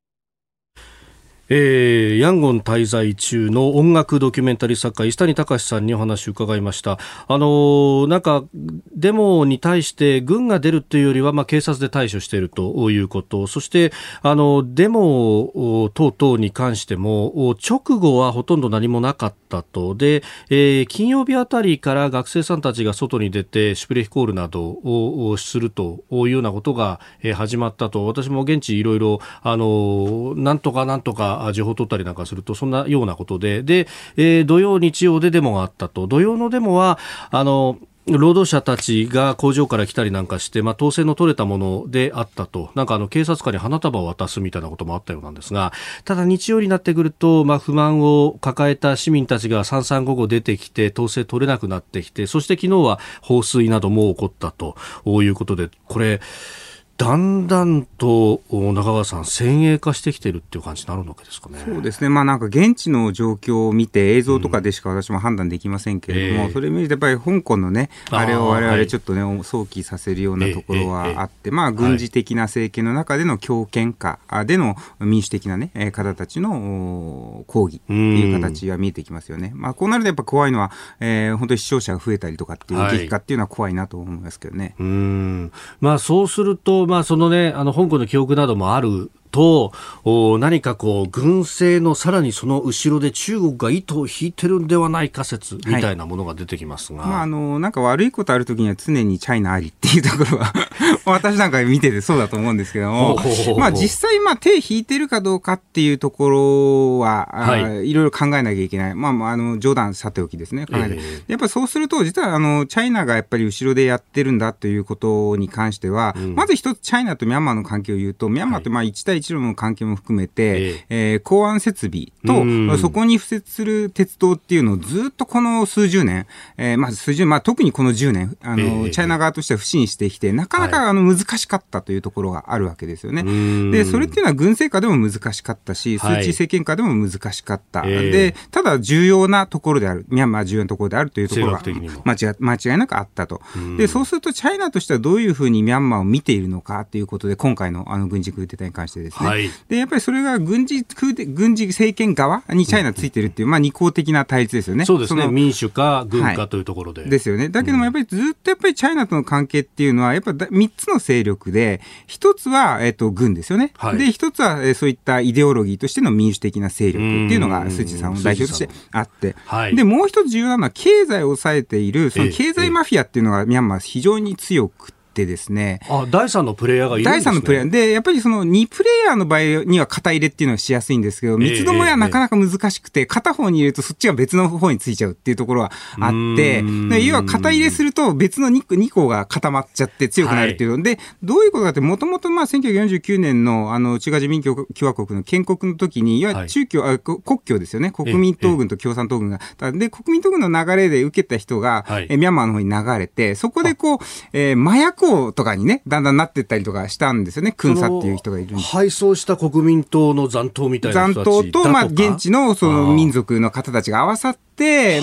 えー、ヤンゴン滞在中の音楽ドキュメンタリー作家石谷隆さんにお話を伺いました。あのー、なんかデモに対して軍が出るというよりは、まあ、警察で対処しているということ、そしてあのデモ等々に関しても直後はほとんど何もなかったと。で、えー、金曜日あたりから学生さんたちが外に出てシュプレヒコールなどをするというようなことが始まったと。私も現地いろいろあのなんとかなんとか情報を取ったりなんかするとそんなようなことで、で、えー、土曜日曜でデモがあったと。土曜のデモはあの労働者たちが工場から来たりなんかして、まあ、統制の取れたものであったと。なんかあの警察官に花束を渡すみたいなこともあったようなんですが、ただ日曜になってくると、まあ、不満を抱えた市民たちが三々午後出てきて統制取れなくなってきて、そして昨日は放水なども起こったということで、これだんだんと中川さん先鋭化してきているっていう感じになるわけですかね。 そうですね、まあ、なんか現地の状況を見て映像とかでしか私も判断できませんけれども、うん、それを見るとやっぱり香港のねあれを我々ちょっとね、はい、想起させるようなところはあって、まあ、軍事的な政権の中での強権下での民主的な、ね、方たちの抗議っていう形が見えてきますよね。まあ、こうなるとやっぱ怖いのは、えー、本当に死傷者が増えたりとかっていう激化っていうのは怖いなと思いますけどね。 うーん、まあ、そうするとまあ、そのね、あの香港の記憶などもあると何かこう軍政のさらにその後ろで中国が糸を引いてるんではないか説みたいなものが出てきますが、 はい、まあ、あのなんか悪いことあるときには常にチャイナありっていうところは私なんか見ててそうだと思うんですけどもまあ実際まあ手引いてるかどうかっていうところは、はい、いろいろ考えなきゃいけない、まあ、あの冗談さておきですね、考えて、えー、やっぱりそうすると実はあのチャイナがやっぱり後ろでやってるんだということに関しては、うん、まず一つチャイナとミャンマーの関係を言うと、ミャンマーってまあいち対一路の関係も含めて、えええー、港湾設備とそこに付接する鉄道っていうのをずっとこの数十年、えー、まあ数十年、まあ、特にこのじゅうねんあの、ええ、チャイナ側としては不信してきてなかなかあの難しかったというところがあるわけですよね。はい、でそれっていうのは軍政下でも難しかったし、スー・チー政権下でも難しかった、はい、でただ重要なところである、ミャンマー重要なところであるというところが間違、間違いなくあったと。でそうするとチャイナとしてはどういうふうにミャンマーを見ているのかということで、今回のあの軍事クーデターに関してですね、はい、でやっぱりそれが軍事軍事政権側にチャイナついてるっていう、まあ、二項的な対立ですよね。 そうですね、民主か軍かというところで、 はい、ですよね。だけどもやっぱりずっとやっぱりチャイナとの関係っていうのはやっぱりみっつの勢力で、一つは、えっと、軍ですよね、はい、で一つは、えー、そういったイデオロギーとしての民主的な勢力っていうのがスー・チーさんの代表としてあって、はい、でもう一つ重要なのは経済を抑えているその経済マフィアっていうのがミャンマー非常に強くてでですね、 あ、だいさんのプレイヤーがいるんですね。 だいさんのプレイヤーで、やっぱりそのにプレイヤーの場合には肩入れっていうのはしやすいんですけど、三つどもえはなかなか難しくて、片方に入れるとそっちが別の方についちゃうっていうところはあって、で要は肩入れすると別の 2, 2個が固まっちゃって強くなるっていうの、はい、でどういうことかって、もともとまあせんきゅうひゃくよんじゅうきゅうねんのあの中華人民共和国の建国の時に、いわゆる中共、はい、国共ですよね、国民党軍と共産党軍が、で国民党軍の流れで受けた人が、はい、えミャンマーの方に流れて、そこでこう、えー、麻薬王とかにねだんだんなっていったりとかしたんですよね。クンサっていう人がいるんです。 敗走した国民党の残党みたいな人たち残党と、まあ、現地のその民族の方たちが合わさって、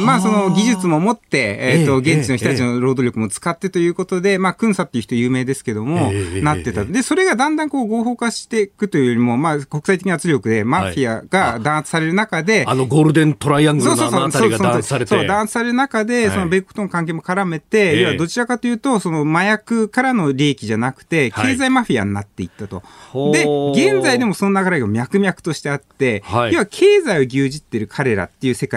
まあ、その技術も持って、えっと、現地の人たちの労働力も使ってということで、まあ、クンサっていう人有名ですけども、なってた。で、それがだんだんこう合法化していくというよりも、まあ、国際的な圧力でマフィアが弾圧される中で、 あのゴールデントライアングルのあのあたりが弾圧されて、 そう、弾圧される中で、その米国との関係も絡めて、要はどちらかというと、その麻薬からの利益じゃなくて、経済マフィアになっていったと。はい、で、現在でもその流れが脈々としてあって、はい、要は経済を牛耳っている彼らっていう世界もあって、 、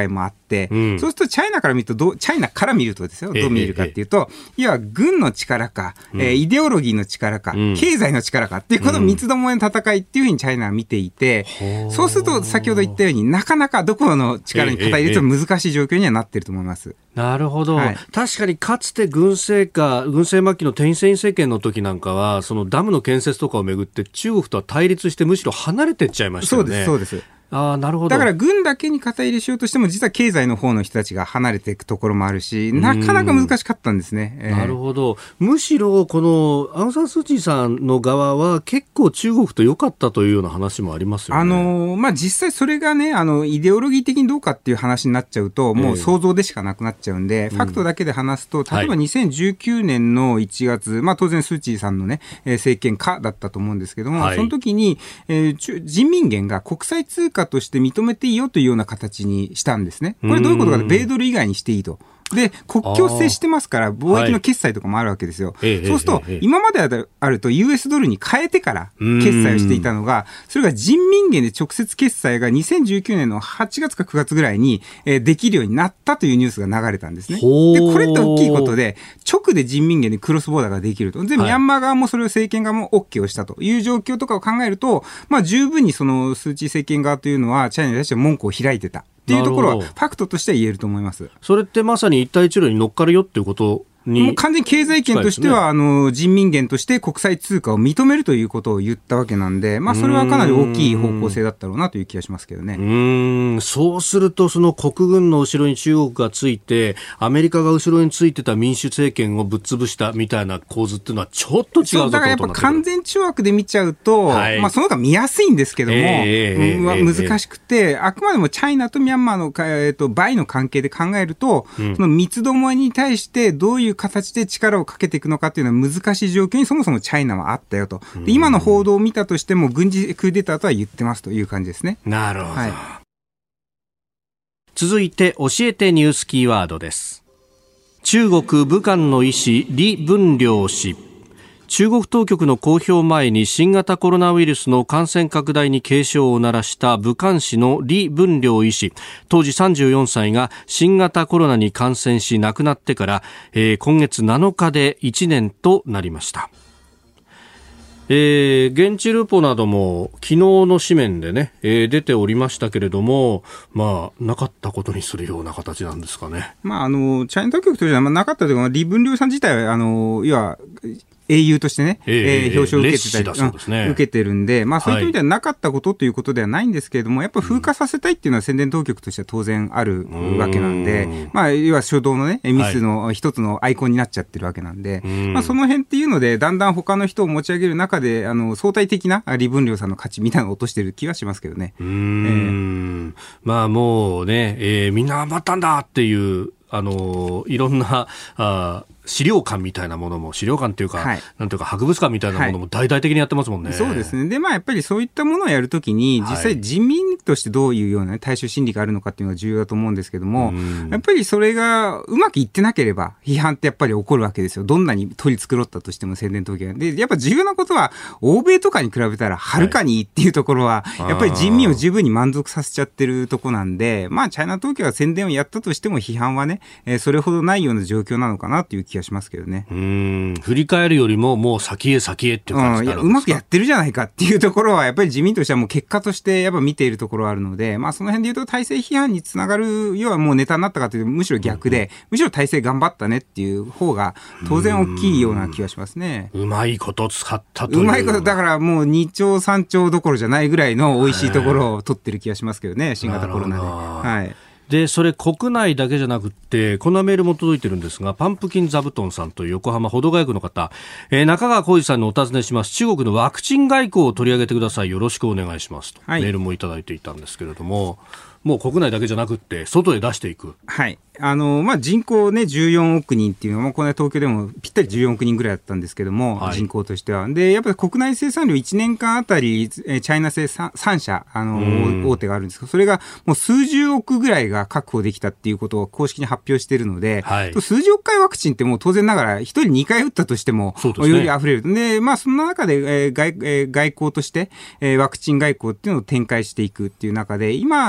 うん、そうするとチャイナから見るとどう、チャイナから見るとですよ、どう見るかっていうと、いや、軍の力か、うん、えー、イデオロギーの力か、うん、経済の力かっていうこの三つどもえの戦いっていうふうにチャイナは見ていて、うん、そうすると先ほど言ったようになかなかどこの力に肩入れると難しい状況にはなっていると思います。 なるほど、はい、確かにかつて軍政下軍政末期のテンセイン政権の時なんかはそのダムの建設とかをめぐって中国とは対立してむしろ離れていっちゃいましたよね。 そうですそうです。 あ、なるほど。 だから軍だけに肩入れしようとしても実は経済の方の人たちが離れていくところもあるし、なかなか難しかったんですね。 えー、なるほど。むしろこのアウンサンスーチーさんの側は結構中国と良かったというような話もありますよね。 あのまあ、実際それがね、あのイデオロギー的にどうかっていう話になっちゃうともう想像でしかなくなっちゃうんで、えー、ファクトだけで話すと、例えばにせんじゅうきゅうねんのいちがつ、はい、まあ、当然スーチーさんのね政権下だったと思うんですけども、はい、その時に、えー、人民元が国際通貨として認めていいよというような形にしたんですね。これどういうことかと、米ドル以外にしていいと。で、国境接してますから貿易の決済とかもあるわけですよ。はい、そうすると、えええ、今まであると ユーエス ドルに変えてから決済をしていたのが、それが人民元で直接決済がにせんじゅうきゅうねんのはちがつかくがつぐらいにできるようになったというニュースが流れたんですね。で、これって大きいことで、直で人民元でクロスボーダーができると。で、ミャンマー側もそれを政権側も OK をしたという状況とかを考えると、まあ十分にそのスーチー政権側というのはチャイナに対して門戸を開いてた。っていうところはファクトとしては言えると思います。 それってまさに一帯一路に乗っかるよっていうことに、 もう完全に経済圏としては、ね、あの人民元として国際通貨を認めるということを言ったわけなんで、まあ、それはかなり大きい方向性だったろうなという気がしますけどね。 うーん、そうするとその国軍の後ろに中国がついてアメリカが後ろについてた民主政権をぶっ潰したみたいな構図っていうのはちょっと違うぞと。そうだからやっぱ完全中枠で見ちゃうと、はい、まあ、その方が見やすいんですけども、えーえー、難しくて、あくまでもチャイナとミャンマーの、えー、と倍の関係で考えると、うん、その三つどもえに対してどういう形で力をかけていくのかっていうのは難しい状況にそもそもチャイナはあったよと。で、今の報道を見たとしても軍事クーデターとは言ってますという感じですね。 なるほど、はい、続いて教えてニュースキーワードです。中国武漢の医師李文亮氏、中国当局の公表前に新型コロナウイルスの感染拡大に警鐘を鳴らした武漢市の李文亮医師、当時さんじゅうよんさいが新型コロナに感染し亡くなってから、えー、今月なのかでいちねんとなりました。えー、現地ルポなども昨日の紙面でね、えー、出ておりましたけれども、まあ、なかったことにするような形なんですかね。 まあ、あのチャイナ当局としてはなかったというか、李文亮さん自体はあの要は英雄としてね、えーえー、表彰を受けてたり、ね、受けてるんで、まあそういう意味ではなかったことということではないんですけれども、はい、やっぱり風化させたいっていうのは宣伝当局としては当然あるわけなんで、んまあ要は初動のね、ミスの一つのアイコンになっちゃってるわけなんで、はい、まあその辺っていうので、だんだん他の人を持ち上げる中で、あの、相対的な李文亮さんの価値みたいなのを落としてる気はしますけどね。 うーん、えー、まあもうね、えー、みんな頑張ったんだっていう、あのいろんなあ資料館みたいなものも資料館っていうか、はい、なんていうか博物館みたいなものも大々的にやってますもんね。 はい、そうですね。で、まあやっぱりそういったものをやるときに、実際人民としてどういうような、ね、大衆心理があるのかっていうのが重要だと思うんですけども、やっぱりそれがうまくいってなければ批判ってやっぱり起こるわけですよ。どんなに取り繕ったとしても宣伝当局で、やっぱ重要なことは欧米とかに比べたらはるかにいいっていうところは、はい、やっぱり人民を十分に満足させちゃってるとこなんで、まあチャイナ当局が宣伝をやったとしても批判はね、えー、それほどないような状況なのかなっていう気がしますけどね。 うーん、振り返るよりももう先へ先へっていう感じになるんですか。 うん、いや、うまくやってるじゃないかっていうところはやっぱり自民としてはもう結果としてやっぱ見ているところはあるので、まあその辺で言うと体制批判につながる要はもうネタになったかというとむしろ逆で、うん、むしろ体制頑張ったねっていう方が当然大きいような気がしますね。 うまいこと使ったという。 うまいことだからもうにちょうさんちょうどころじゃないぐらいの美味しいところを取ってる気がしますけどね、新型コロナで。はい。 でそれ国内だけじゃなくってこんなメールも届いてるんですが、パンプキン座布団さんという横浜保土ヶ谷区の方、えー、中川浩二さんにお尋ねします。中国のワクチン外交を取り上げてください、よろしくお願いしますと、はい、メールもいただいていたんですけれども、もう国内だけじゃなくって外へ出していく。 はい。あの、まあ、人口ね、じゅうよんおくにんっていうのは、この東京でもぴったりじゅうよんおくにんぐらいだったんですけども、はい、人口としては。で、やっぱり国内生産量いちねんかんあたり、チャイナ製さんしゃ、あの、大手があるんですけど、それがもう数十億ぐらいが確保できたっていうことを公式に発表しているので、はい、数十億回ワクチンってもう当然ながら、一人にかい打ったとしても、ね、より溢れる。で、まあ、その中で、えー外えー、外交として、えー、ワクチン外交っていうのを展開していくっていう中で、今のところ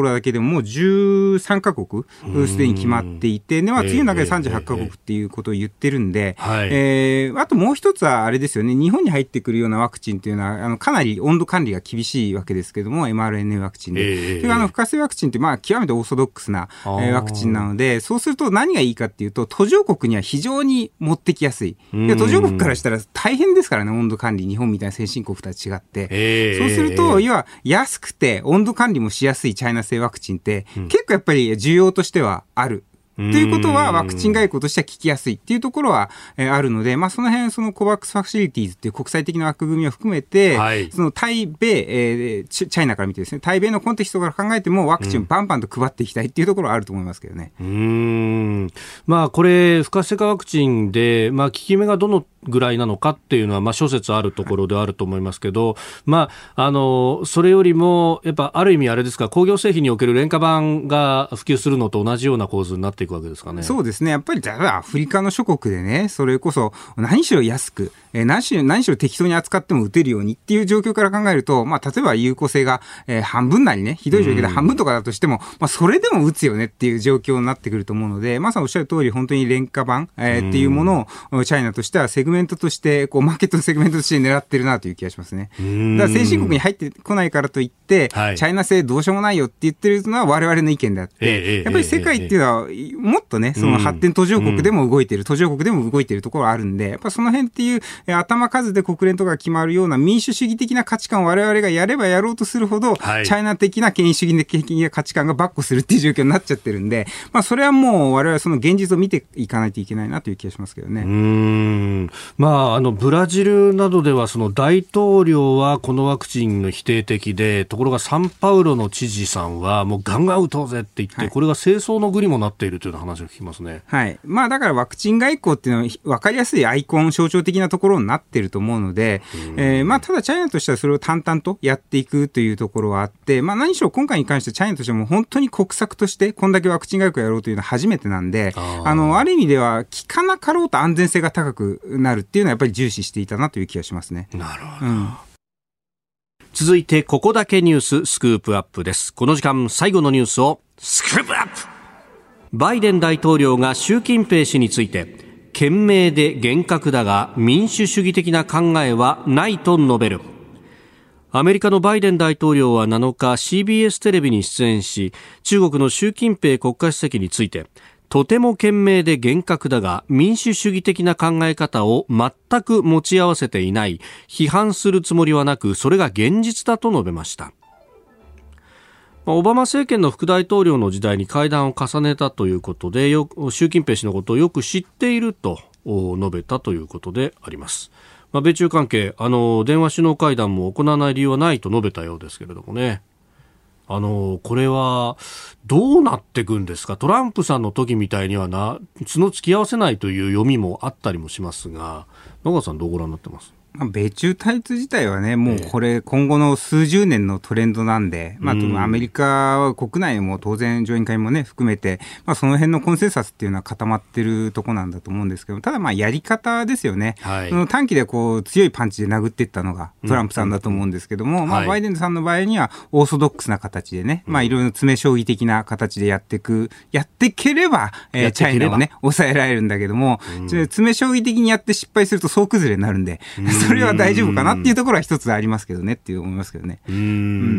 ろだけでももうじゅうさんカ国すでに決まっていて、で、まあ、次の中でさんじゅうはちカ国っていうことを言ってるんで、えー、あともう一つはあれですよね、日本に入ってくるようなワクチンっていうのは、あのかなり温度管理が厳しいわけですけども、エムアールエヌエー ワクチンで。えー、それからあの、不活性ワクチンって、まあ、極めてオーソドックスな、えー、ワクチンなので、そうすると何がいいかっていうと、途上国には非常に持ってきやすい。で、途上国からしたら大変ですからね、温度管理、日本みたいな先進国とは違って。えー、そうすると、要は安くて温度管理もしやすいチャイナ製ワクチンって、うん、結構やっぱり需要としてはある。ということは、ワクチン外交としては聞きやすいっていうところは、えー、あるので、まあ、その辺、そのコバックスファシリティーズっていう国際的な枠組みを含めて、はい、その対米、えー、チャイナから見てですね、対米のコンテキストから考えても、ワクチンをバンバンと配っていきたいっていうところはあると思いますけどね。 うーん。まあ、これ、不活性化ワクチンで、まあ、効き目がどのぐらいなのかっていうのは、まあ、諸説あるところではあると思いますけど、まあ、あの、それよりも、やっぱ、ある意味あれですか、工業製品における廉価版が普及するのと同じような構図になっていくわけですかね。 そうですね。やっぱり、アフリカの諸国でね、それこそ、何しろ安く、えー、何しろ、何しろ適当に扱っても打てるようにっていう状況から考えると、まあ、例えば有効性が、えー、半分なりね、ひどい状況で半分とかだとしても、まあ、それでも打つよねっていう状況になってくると思うので、まさにおっしゃる通り、本当に廉価版、えー、っていうものを、チャイナとしてはセグメントとして、こう、マーケットのセグメントとして狙ってるなという気がしますね。だから先進国に入ってこないからといって、はい、チャイナ製どうしようもないよって言ってるのは我々の意見であって、えー、やっぱり世界っていうのは、もっとね、その発展途上国でも動いてる、途上国でも動いてるところあるんで、やっぱその辺っていう、頭数で国連とか決まるような民主主義的な価値観を我々がやればやろうとするほど、はい、チャイナ的な権威主義的な価値観が跋扈するっていう状況になっちゃってるんで、まあそれはもう我々はその現実を見ていかないといけないなという気がしますけどね。 うーん。まあ、あの、ブラジルなどではその大統領はこのワクチンの否定的で、ところがサンパウロの知事さんはもうガンガン打とうぜって言って、はい、これが政争の具にもなっているというような話を聞きますね。 はい。まあだからワクチン外交っていうのは分かりやすいアイコン象徴的なところになっていると思うので、えー、まあただチャイナとしてはそれを淡々とやっていくというところはあって、まあ何しろ今回に関してチャイナとしてはもう本当に国策としてこんだけワクチン外交やろうというのは初めてなんで、あ, あの、ある意味では効かなかろうと安全性が高くなるっていうのはやっぱり重視していたなという気がしますね。 なるほど。うん、続いてここだけニューススクープアップです。この時間最後のニュースをスクープアップ。バイデン大統領が習近平氏について、賢明で厳格だが民主主義的な考えはないと述べる。アメリカのバイデン大統領はなのか シービーエス テレビに出演し、中国の習近平国家主席について、とても賢明で厳格だが民主主義的な考え方を全く持ち合わせていない、批判するつもりはなくそれが現実だと述べました。オバマ政権の副大統領の時代に会談を重ねたということで、よ習近平氏のことをよく知っていると述べたということであります。まあ、米中関係、あの電話首脳会談も行わない理由はないと述べたようですけれどもね。あのこれはどうなっていくんですか。トランプさんの時みたいにはな角突き合わせないという読みもあったりもしますが、野川さんどうご覧になってます？ 米中対立自体はね、もうこれ今後の数十年のトレンドなんで、まあ、アメリカは国内も当然上院会もね含めて、まあ、その辺のコンセンサスっていうのは固まってるとこなんだと思うんですけど、ただまあやり方ですよね、はい、その短期でこう強いパンチで殴っていったのがトランプさんだと思うんですけども、うんまあ、バイデンさんの場合にはオーソドックスな形でね、まあ、いろいろ詰め将棋的な形でやっていくやっていければ、えー、チャイナをね抑えられるんだけども、うん、詰め将棋的にやって失敗すると総崩れになるんで、うん、それは大丈夫かなっていうところは一つありますけどねっていう思いますけどね。 うーん、うん、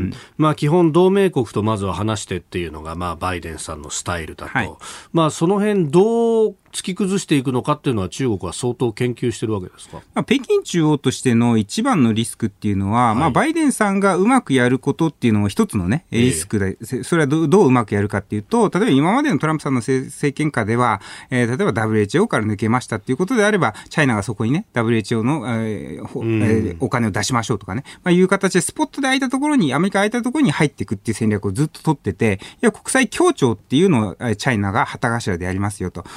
まあ基本同盟国とまずは話してっていうのがまあバイデンさんのスタイルだと、はい、まあその辺どう突き崩していくのかっていうのは中国は相当研究してるわけですか。 まあ、北京中央としての一番のリスクっていうのは、はい、まあバイデンさんがうまくやることっていうのも一つのねリスクで、えー、それは ど, どううまくやるかっていうと、例えば今までのトランプさんの政権下では、えー、例えば ダブリューエイチオー から抜けましたっていうことであれば、チャイナがそこにね ダブリューエイチオー の、えーうんえー、お金を出しましょうとかね、まあ、いう形でスポットで空いたところにアメリカが空いたところに入っていくっていう戦略をずっと取ってて、いや国際協調っていうのをチャイナが旗頭でやりますよと。で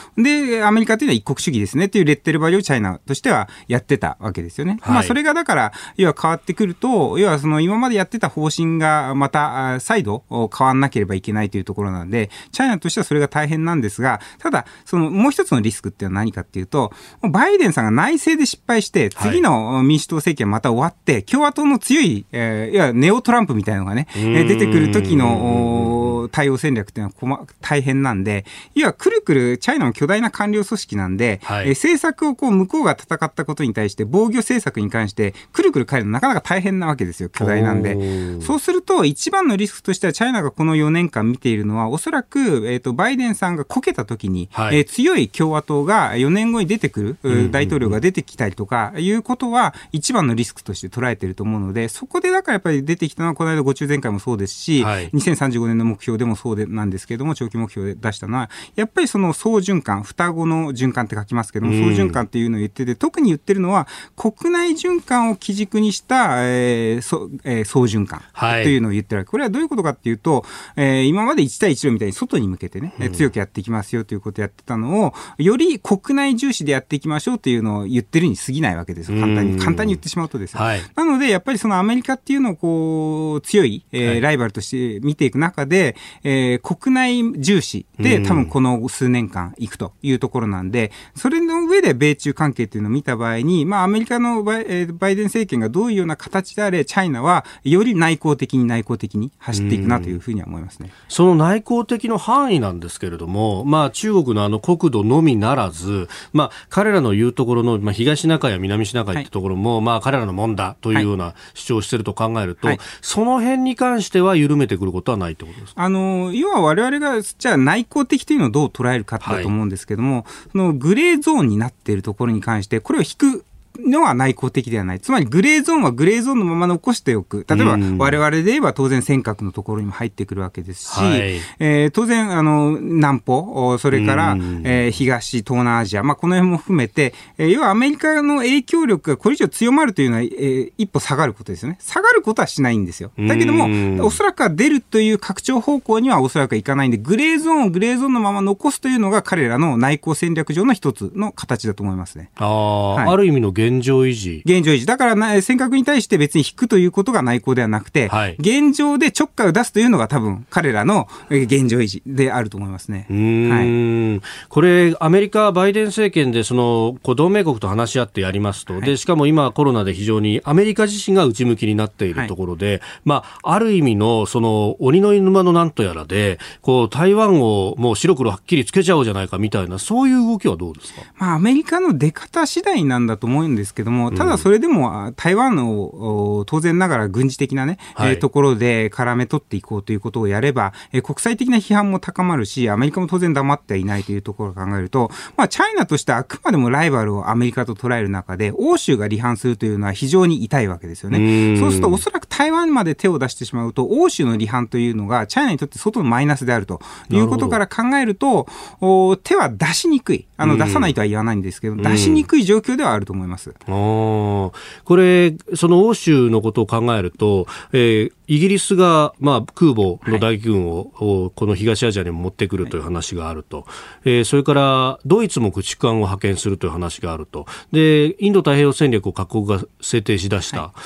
で、アメリカというのは一国主義ですねというレッテル貼りをチャイナとしてはやってたわけですよね。はい、まあ、それがだから、要は変わってくると、要はその今までやってた方針がまた再度変わんなければいけないというところなので、チャイナとしてはそれが大変なんですが、ただ、そのもう一つのリスクっていうのは何かっていうと、バイデンさんが内政で失敗して、次の民主党政権また終わって、共和党の強い、えー、いや、ネオトランプみたいなのがね、出てくる時の対応戦略っていうのは大変なんで、要はくるくるチャイナの巨大な官僚組織なんで、はい、えー、政策をこう向こうが戦ったことに対して防御政策に関してくるくる変えるのなかなか大変なわけですよ、巨大なんで。そうすると一番のリスクとしてはチャイナがこのよねんかん見ているのはおそらく、えーと、バイデンさんがこけた時に、はい、えー、強い共和党がよねんごに出てくる、うんうんうん、大統領が出てきたりとかいうことは一番のリスクとして捉えていると思うので、そこでだからやっぱり出てきたのはこの間ご中全会もそうですし、はい、にせんさんじゅうごねんの目標でもそうでなんですけども、長期目標で出したのはやっぱりその総循環、双子の循環って書きますけども、総循環っていうのを言ってて、特に言ってるのは国内循環を基軸にした、えーそえー、総循環というのを言ってるわけ、はい、これはどういうことかっていうと、えー、今までいち対いちみたいに外に向けてね、うん、強くやっていきますよということをやってたのをより国内重視でやっていきましょうというのを言ってるに過ぎないわけですよ。簡単に簡単に言ってしまうとですよ、はい、なのでやっぱりそのアメリカっていうのをこう強い、えーはい、ライバルとして見ていく中で、えー、国内重視で多分この数年間いくというところなんで、それの上で米中関係っていうのを見た場合に、まあアメリカのバイ、えー、バイデン政権がどういうような形であれ、チャイナはより内向的に内向的に走っていくなというふうには思いますね。 その内向的の範囲なんですけれども、まあ中国のあの国土のみならず、まあ彼らの言うところの、まあ、東シナ海や南シナ海ってところも、はい、まあ彼らのもんだというような主張をしていると考えると、はい、その辺に関しては緩めてくることはないってことですか。 あの要は我々がじゃあ内向的というのをどう捉えるかだと思うんですけども、はい、そのグレーゾーンになっているところに関してこれを引くのは内向的ではない。つまりグレーゾーンはグレーゾーンのまま残しておく。例えば我々で言えば当然尖閣のところにも入ってくるわけですし、はい、えー、当然あの南方、それから、えー、東東南アジア、まあ、この辺も含めて、えー、要はアメリカの影響力がこれ以上強まるというのは、えー、一歩下がることですよね。下がることはしないんですよ。だけどもおそらくは出るという拡張方向にはおそらくいかないんで、グレーゾーンをグレーゾーンのまま残すというのが彼らの内向戦略上の一つの形だと思いますね。 あ、はい、ある意味の現状維持現状維持だからな、尖閣に対して別に引くということが内向ではなくて、はい、現状でちょっかいを出すというのが多分彼らの現状維持であると思いますね。 うーん、はい、これアメリカバイデン政権でその同盟国と話し合ってやりますと、はい、でしかも今コロナで非常にアメリカ自身が内向きになっているところで、はい、まあ、ある意味のその鬼の沼のなんとやらでこう台湾をもう白黒はっきりつけちゃおうじゃないかみたいな、そういう動きはどうですか。 まあ、アメリカの出方次第なんだと思うんですけども、ただそれでも台湾の当然ながら軍事的なね、はい、えー、ところで絡め取っていこうということをやれば、えー、国際的な批判も高まるし、アメリカも当然黙ってはいないというところを考えると、まあ、チャイナとしてはあくまでもライバルをアメリカと捉える中で欧州が離反するというのは非常に痛いわけですよね。そうするとおそらく台湾まで手を出してしまうと欧州の離反というのがチャイナにとって外のマイナスであるということから考えると、手は出しにくい、あの出さないとは言わないんですけど、出しにくい状況ではあると思います。 これその欧州のことを考えると、えー、イギリスが、まあ、空母の大軍を、はい、この東アジアにも持ってくるという話があると、はい、えー、それからドイツも駆逐艦を派遣するという話があると、でインド太平洋戦略を各国が制定しだした、はい、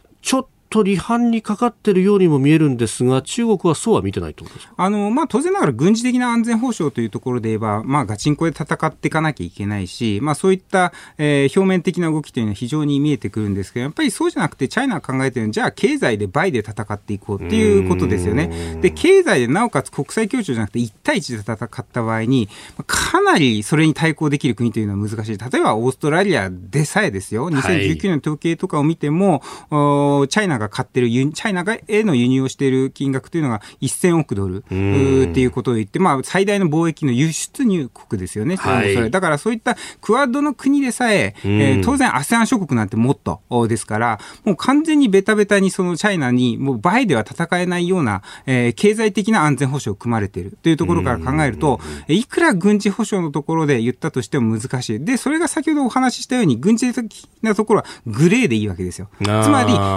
ちょっとと離反にかかっているようにも見えるんですが、中国はそうは見てないということですか。 あの、まあ、当然ながら軍事的な安全保障というところで言えば、まあ、ガチンコで戦っていかなきゃいけないし、まあ、そういった、えー、表面的な動きというのは非常に見えてくるんですけど、やっぱりそうじゃなくてチャイナが考えているのは、じゃあ経済で倍で戦っていこうっていうことですよね。で、経済でなおかつ国際協調じゃなくていち対いちで戦った場合に、かなりそれに対抗できる国というのは難しい。例えばオーストラリアでさえですよ、にせんじゅうきゅうねんの統計とかを見ても、はい、チャイナが買ってるユチャイナへの輸入をしている金額というのがせんおくドルっていうことを言って、まあ、最大の貿易の輸出入国ですよね。はい、それだからそういったクアッドの国でさえ、えー、当然 アセアン 諸国なんてもっとですから、もう完全にベタベタにそのチャイナにもう倍では戦えないような、えー、経済的な安全保障を組まれているというところから考えると、いくら軍事保障のところで言ったとしても難しい。で、それが先ほどお話ししたように軍事的なところはグレーでいいわけですよ。つまりこの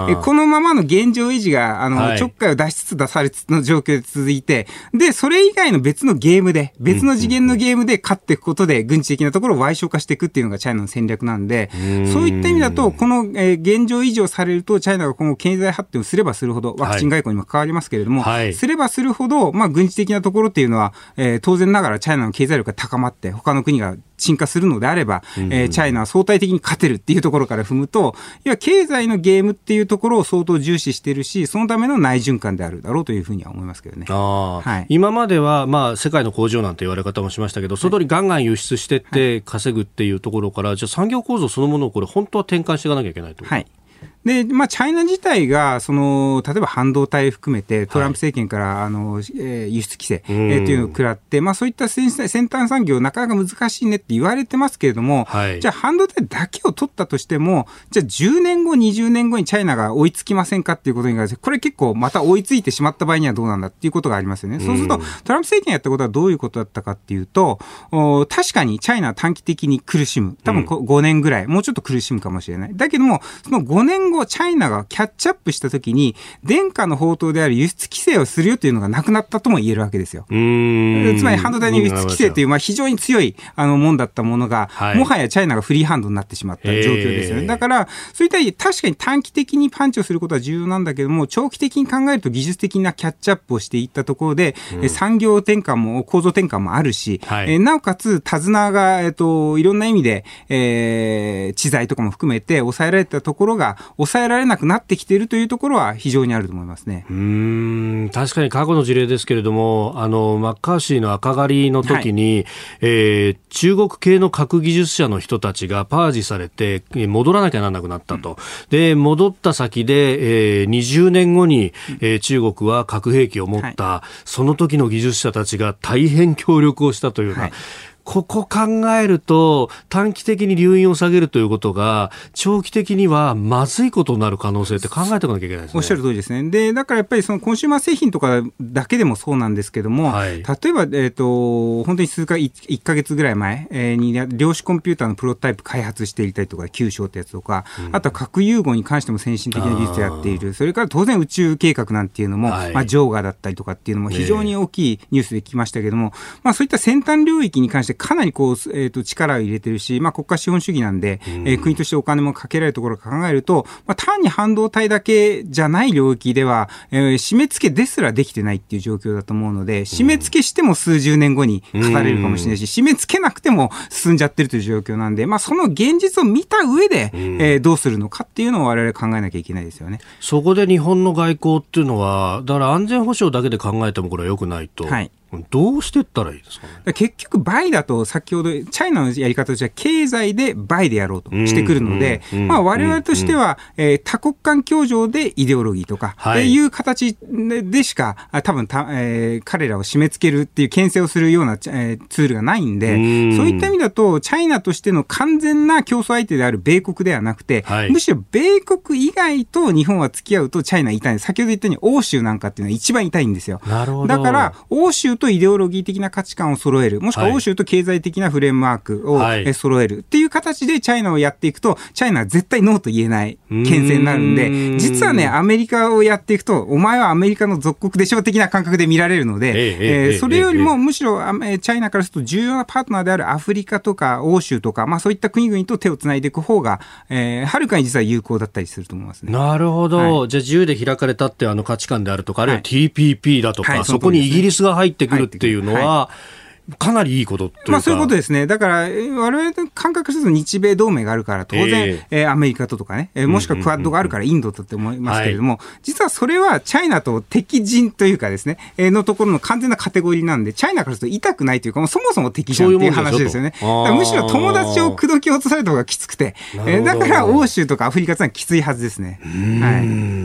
ままの現状維持が、あの、はい、ちょっかいを出しつつ出されつつの状況で続いて、で、それ以外の別のゲームで、別の次元のゲームで勝っていくことで、軍事的なところを矮小化していくっていうのがチャイナの戦略なんで、そういった意味だと、この、えー、現状維持をされると、チャイナが今後経済発展をすればするほど、ワクチン外交にも関わりますけれども、はい、すればするほど、まあ、軍事的なところっていうのは、えー、当然ながらチャイナの経済力が高まって、他の国が進化するのであれば、うんうん、えー、チャイナは相対的に勝てるっていうところから踏むと、いや、経済のゲームっていうところを相当重視しているし、そのための内循環であるだろうというふうには思いますけどね。 あ、はい、今までは、まあ、世界の工場なんて言われ方もしましたけど、外にガンガン輸出してって稼ぐっていうところから、はい、じゃあ産業構造そのものをこれ本当は転換していかなきゃいけないと。 はい。で、まあ、チャイナ自体が、その、例えば半導体含めて、トランプ政権から、はい、あの、えー、輸出規制、えー、っていうのを食らって、まあ、そういった先端産業、なかなか難しいねって言われてますけれども、はい、じゃあ、半導体だけを取ったとしても、じゃあ、じゅうねんご、にじゅうねんごにチャイナが追いつきませんかっていうことに関して、これ結構また追いついてしまった場合にはどうなんだっていうことがありますよね。そうすると、トランプ政権やったことはどういうことだったかっていうと、お確かにチャイナは短期的に苦しむ。多分ごねんぐらい、もうちょっと苦しむかもしれない。だけども、そのごねんご、チャイナがキャッチアップしたときに、伝家の宝刀である輸出規制をするよというのがなくなったとも言えるわけですよ。うーん、つまり半導体の輸出規制という、まあ、非常に強いあのもんだったものが、はい、もはやチャイナがフリーハンドになってしまった状況ですよね。だから、そういった意味で確かに短期的にパンチをすることは重要なんだけども、長期的に考えると技術的なキャッチアップをしていったところで、うん、産業転換も構造転換もあるし、はい、えなおかつ手綱が、えっと、いろんな意味で、えー、知財とかも含めて抑えられたところが抑えられなくなってきているというところは非常にあると思いますね。 うーん、確かに過去の事例ですけれども、あのマッカーシーの赤狩りの時に、はい、えー、中国系の核技術者の人たちがパージされて戻らなきゃならなくなったと、うん、で戻った先で、えー、にじゅうねんごに、えー、中国は核兵器を持った、はい、その時の技術者たちが大変協力をしたというような、はい、ここ考えると短期的に留飲を下げるということが長期的にはまずいことになる可能性って考えておかなきゃいけないですね。 おっしゃる通りですね。で、だからやっぱりそのコンシューマー製品とかだけでもそうなんですけども、はい、例えば、えーと、本当に数かいっかげつぐらい前に量子コンピューターのプロトタイプ開発していたりとか、キューショーってやつとか、うん、あとは核融合に関しても先進的な技術をやっている。それから当然宇宙計画なんていうのも、はい、まあ、ジョーガだったりとかっていうのも非常に大きいニュースで聞きましたけども、まあ、そういった先端領域に関してかなりこう、えー、と力を入れてるし、まあ、国家資本主義なんで、うん、えー、国としてお金もかけられるところを考えると、まあ、単に半導体だけじゃない領域では、えー、締め付けですらできてないっていう状況だと思うので、締め付けしても数十年後に語れるかもしれないし、締め付けなくても進んじゃってるという状況なんで、まあ、その現実を見た上で、うん、えー、どうするのかっていうのを我々考えなきゃいけないですよね。 そこで日本の外交っていうのは、だから安全保障だけで考えてもこれは良くないと。はい、どうしていったらいいですかね。 結局倍だと、先ほどチャイナのやり方としては経済で倍でやろうとしてくるので、うんうん、まあ、我々としては、うん、えー、多国間協情でイデオロギーとか、はい、いう形でしか多分た、えー、彼らを締め付けるっていう牽制をするような、えー、ツールがないんで、うん、そういった意味だとチャイナとしての完全な競争相手である米国ではなくて、はい、むしろ米国以外と日本は付き合うとチャイナ痛いんです。先ほど言ったように欧州なんかっていうのは一番痛いんですよ。 なるほど。 だから欧州とイデオロギー的な価値観を揃える、もしくは欧州と経済的なフレームワークを、はい、揃えるっていう形でチャイナをやっていくと、チャイナは絶対ノーと言えない牽制になるんで、実はね、アメリカをやっていくと、お前はアメリカの属国でしょ的な感覚で見られるので、えーえー、それよりもむしろチャイナからすると重要なパートナーであるアフリカとか欧州とか、まあ、そういった国々と手をつないでいく方が、えー、はるかに実は有効だったりすると思いますね。 なるほど、はい、じゃあ自由で開かれたってあの価値観であるとか、あるいは ティーピーピー だとか、はいはい、そこにイギリスが入ってくるっていうのは、かなりいいことというか、 まあ、そういうことですね。だから我々の感覚すると日米同盟があるから当然、えーえー、アメリカととかね、えー、もしくはクアッドがあるからインドとって思いますけれども、はい、実はそれはチャイナと敵人というかですね、えー、のところの完全なカテゴリーなんで、チャイナからすると痛くないというか、もうそもそも敵じゃんっていう話ですよね。だからむしろ友達を口説き落とされた方がきつくて、えー、だから欧州とかアフリカというのはきついはずですね。はい、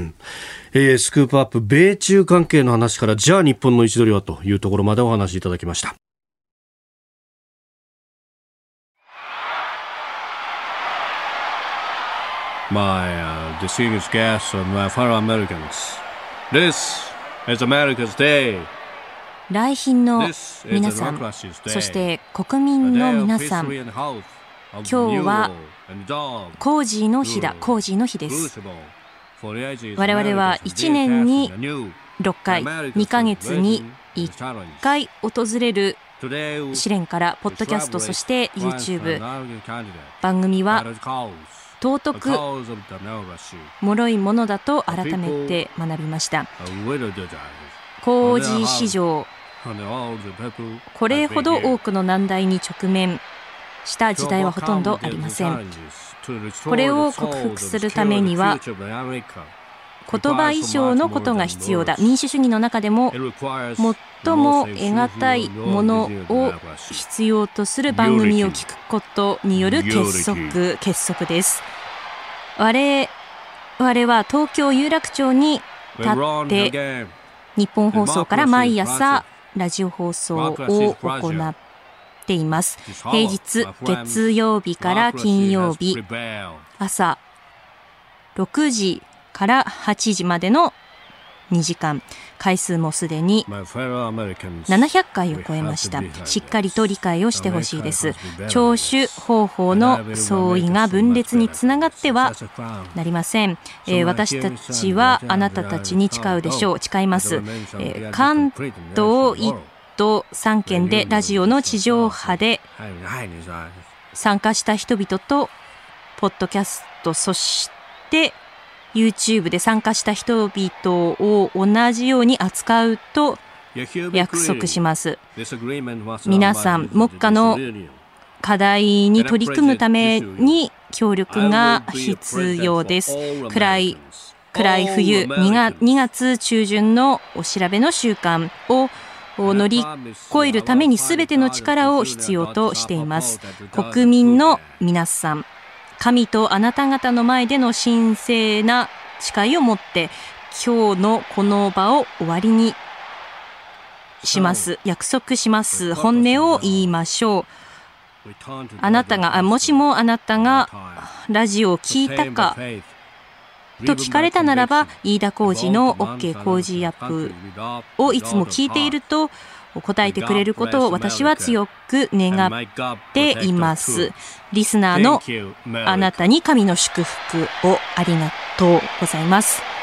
えー、スクープアップ、米中関係の話から、じゃあ日本の位置取りはというところまでお話しいただきました。My uh, distinguished guests and my fellow Americans, this is America's day. 来賓の皆さん、そして国民の皆さん、今日はコージーの日だ、コージーの日です。 我々はいちねんにろっかい、にかげつにいっかい訪れる試練からポッドキャスト、そして YouTube 番組は尊く脆いものだと改めて学びました。工事市場、これほど多くの難題に直面した時代はほとんどありません。これを克服するためには言葉以上のことが必要だ。民主主義の中でも最も得難いものを必要とする番組を聞くことによる結束、結束です。我々は東京有楽町に立って日本放送から毎朝ラジオ放送を行っています。平日月曜日から金曜日朝ろくじからはちじまでのにじかん、回数もすでにななひゃっかいを超えました。しっかりと理解をしてほしいです。聴取方法の相違が分裂につながってはなりません。えー、私たちはあなたたちに誓うでしょう。誓います。えー、関東いっ都さんけんでラジオの地上波で参加した人々とポッドキャスト、そして YouTube で参加した人々を同じように扱うと約束します。皆さん、目下の課題に取り組むために協力が必要です。暗い、暗い冬、にがつちゅうじゅんのお調べの週間を乗り越えるために全ての力を必要としています。国民の皆さん、神とあなた方の前での神聖な誓いを持って今日のこの場を終わりにします。約束します。本音を言いましょう。あなたが、もしもあなたがラジオを聞いたかと聞かれたならば、飯田浩司の OK 工事アップをいつも聞いていると答えてくれることを私は強く願っています。リスナーのあなたに神の祝福をありがとうございます。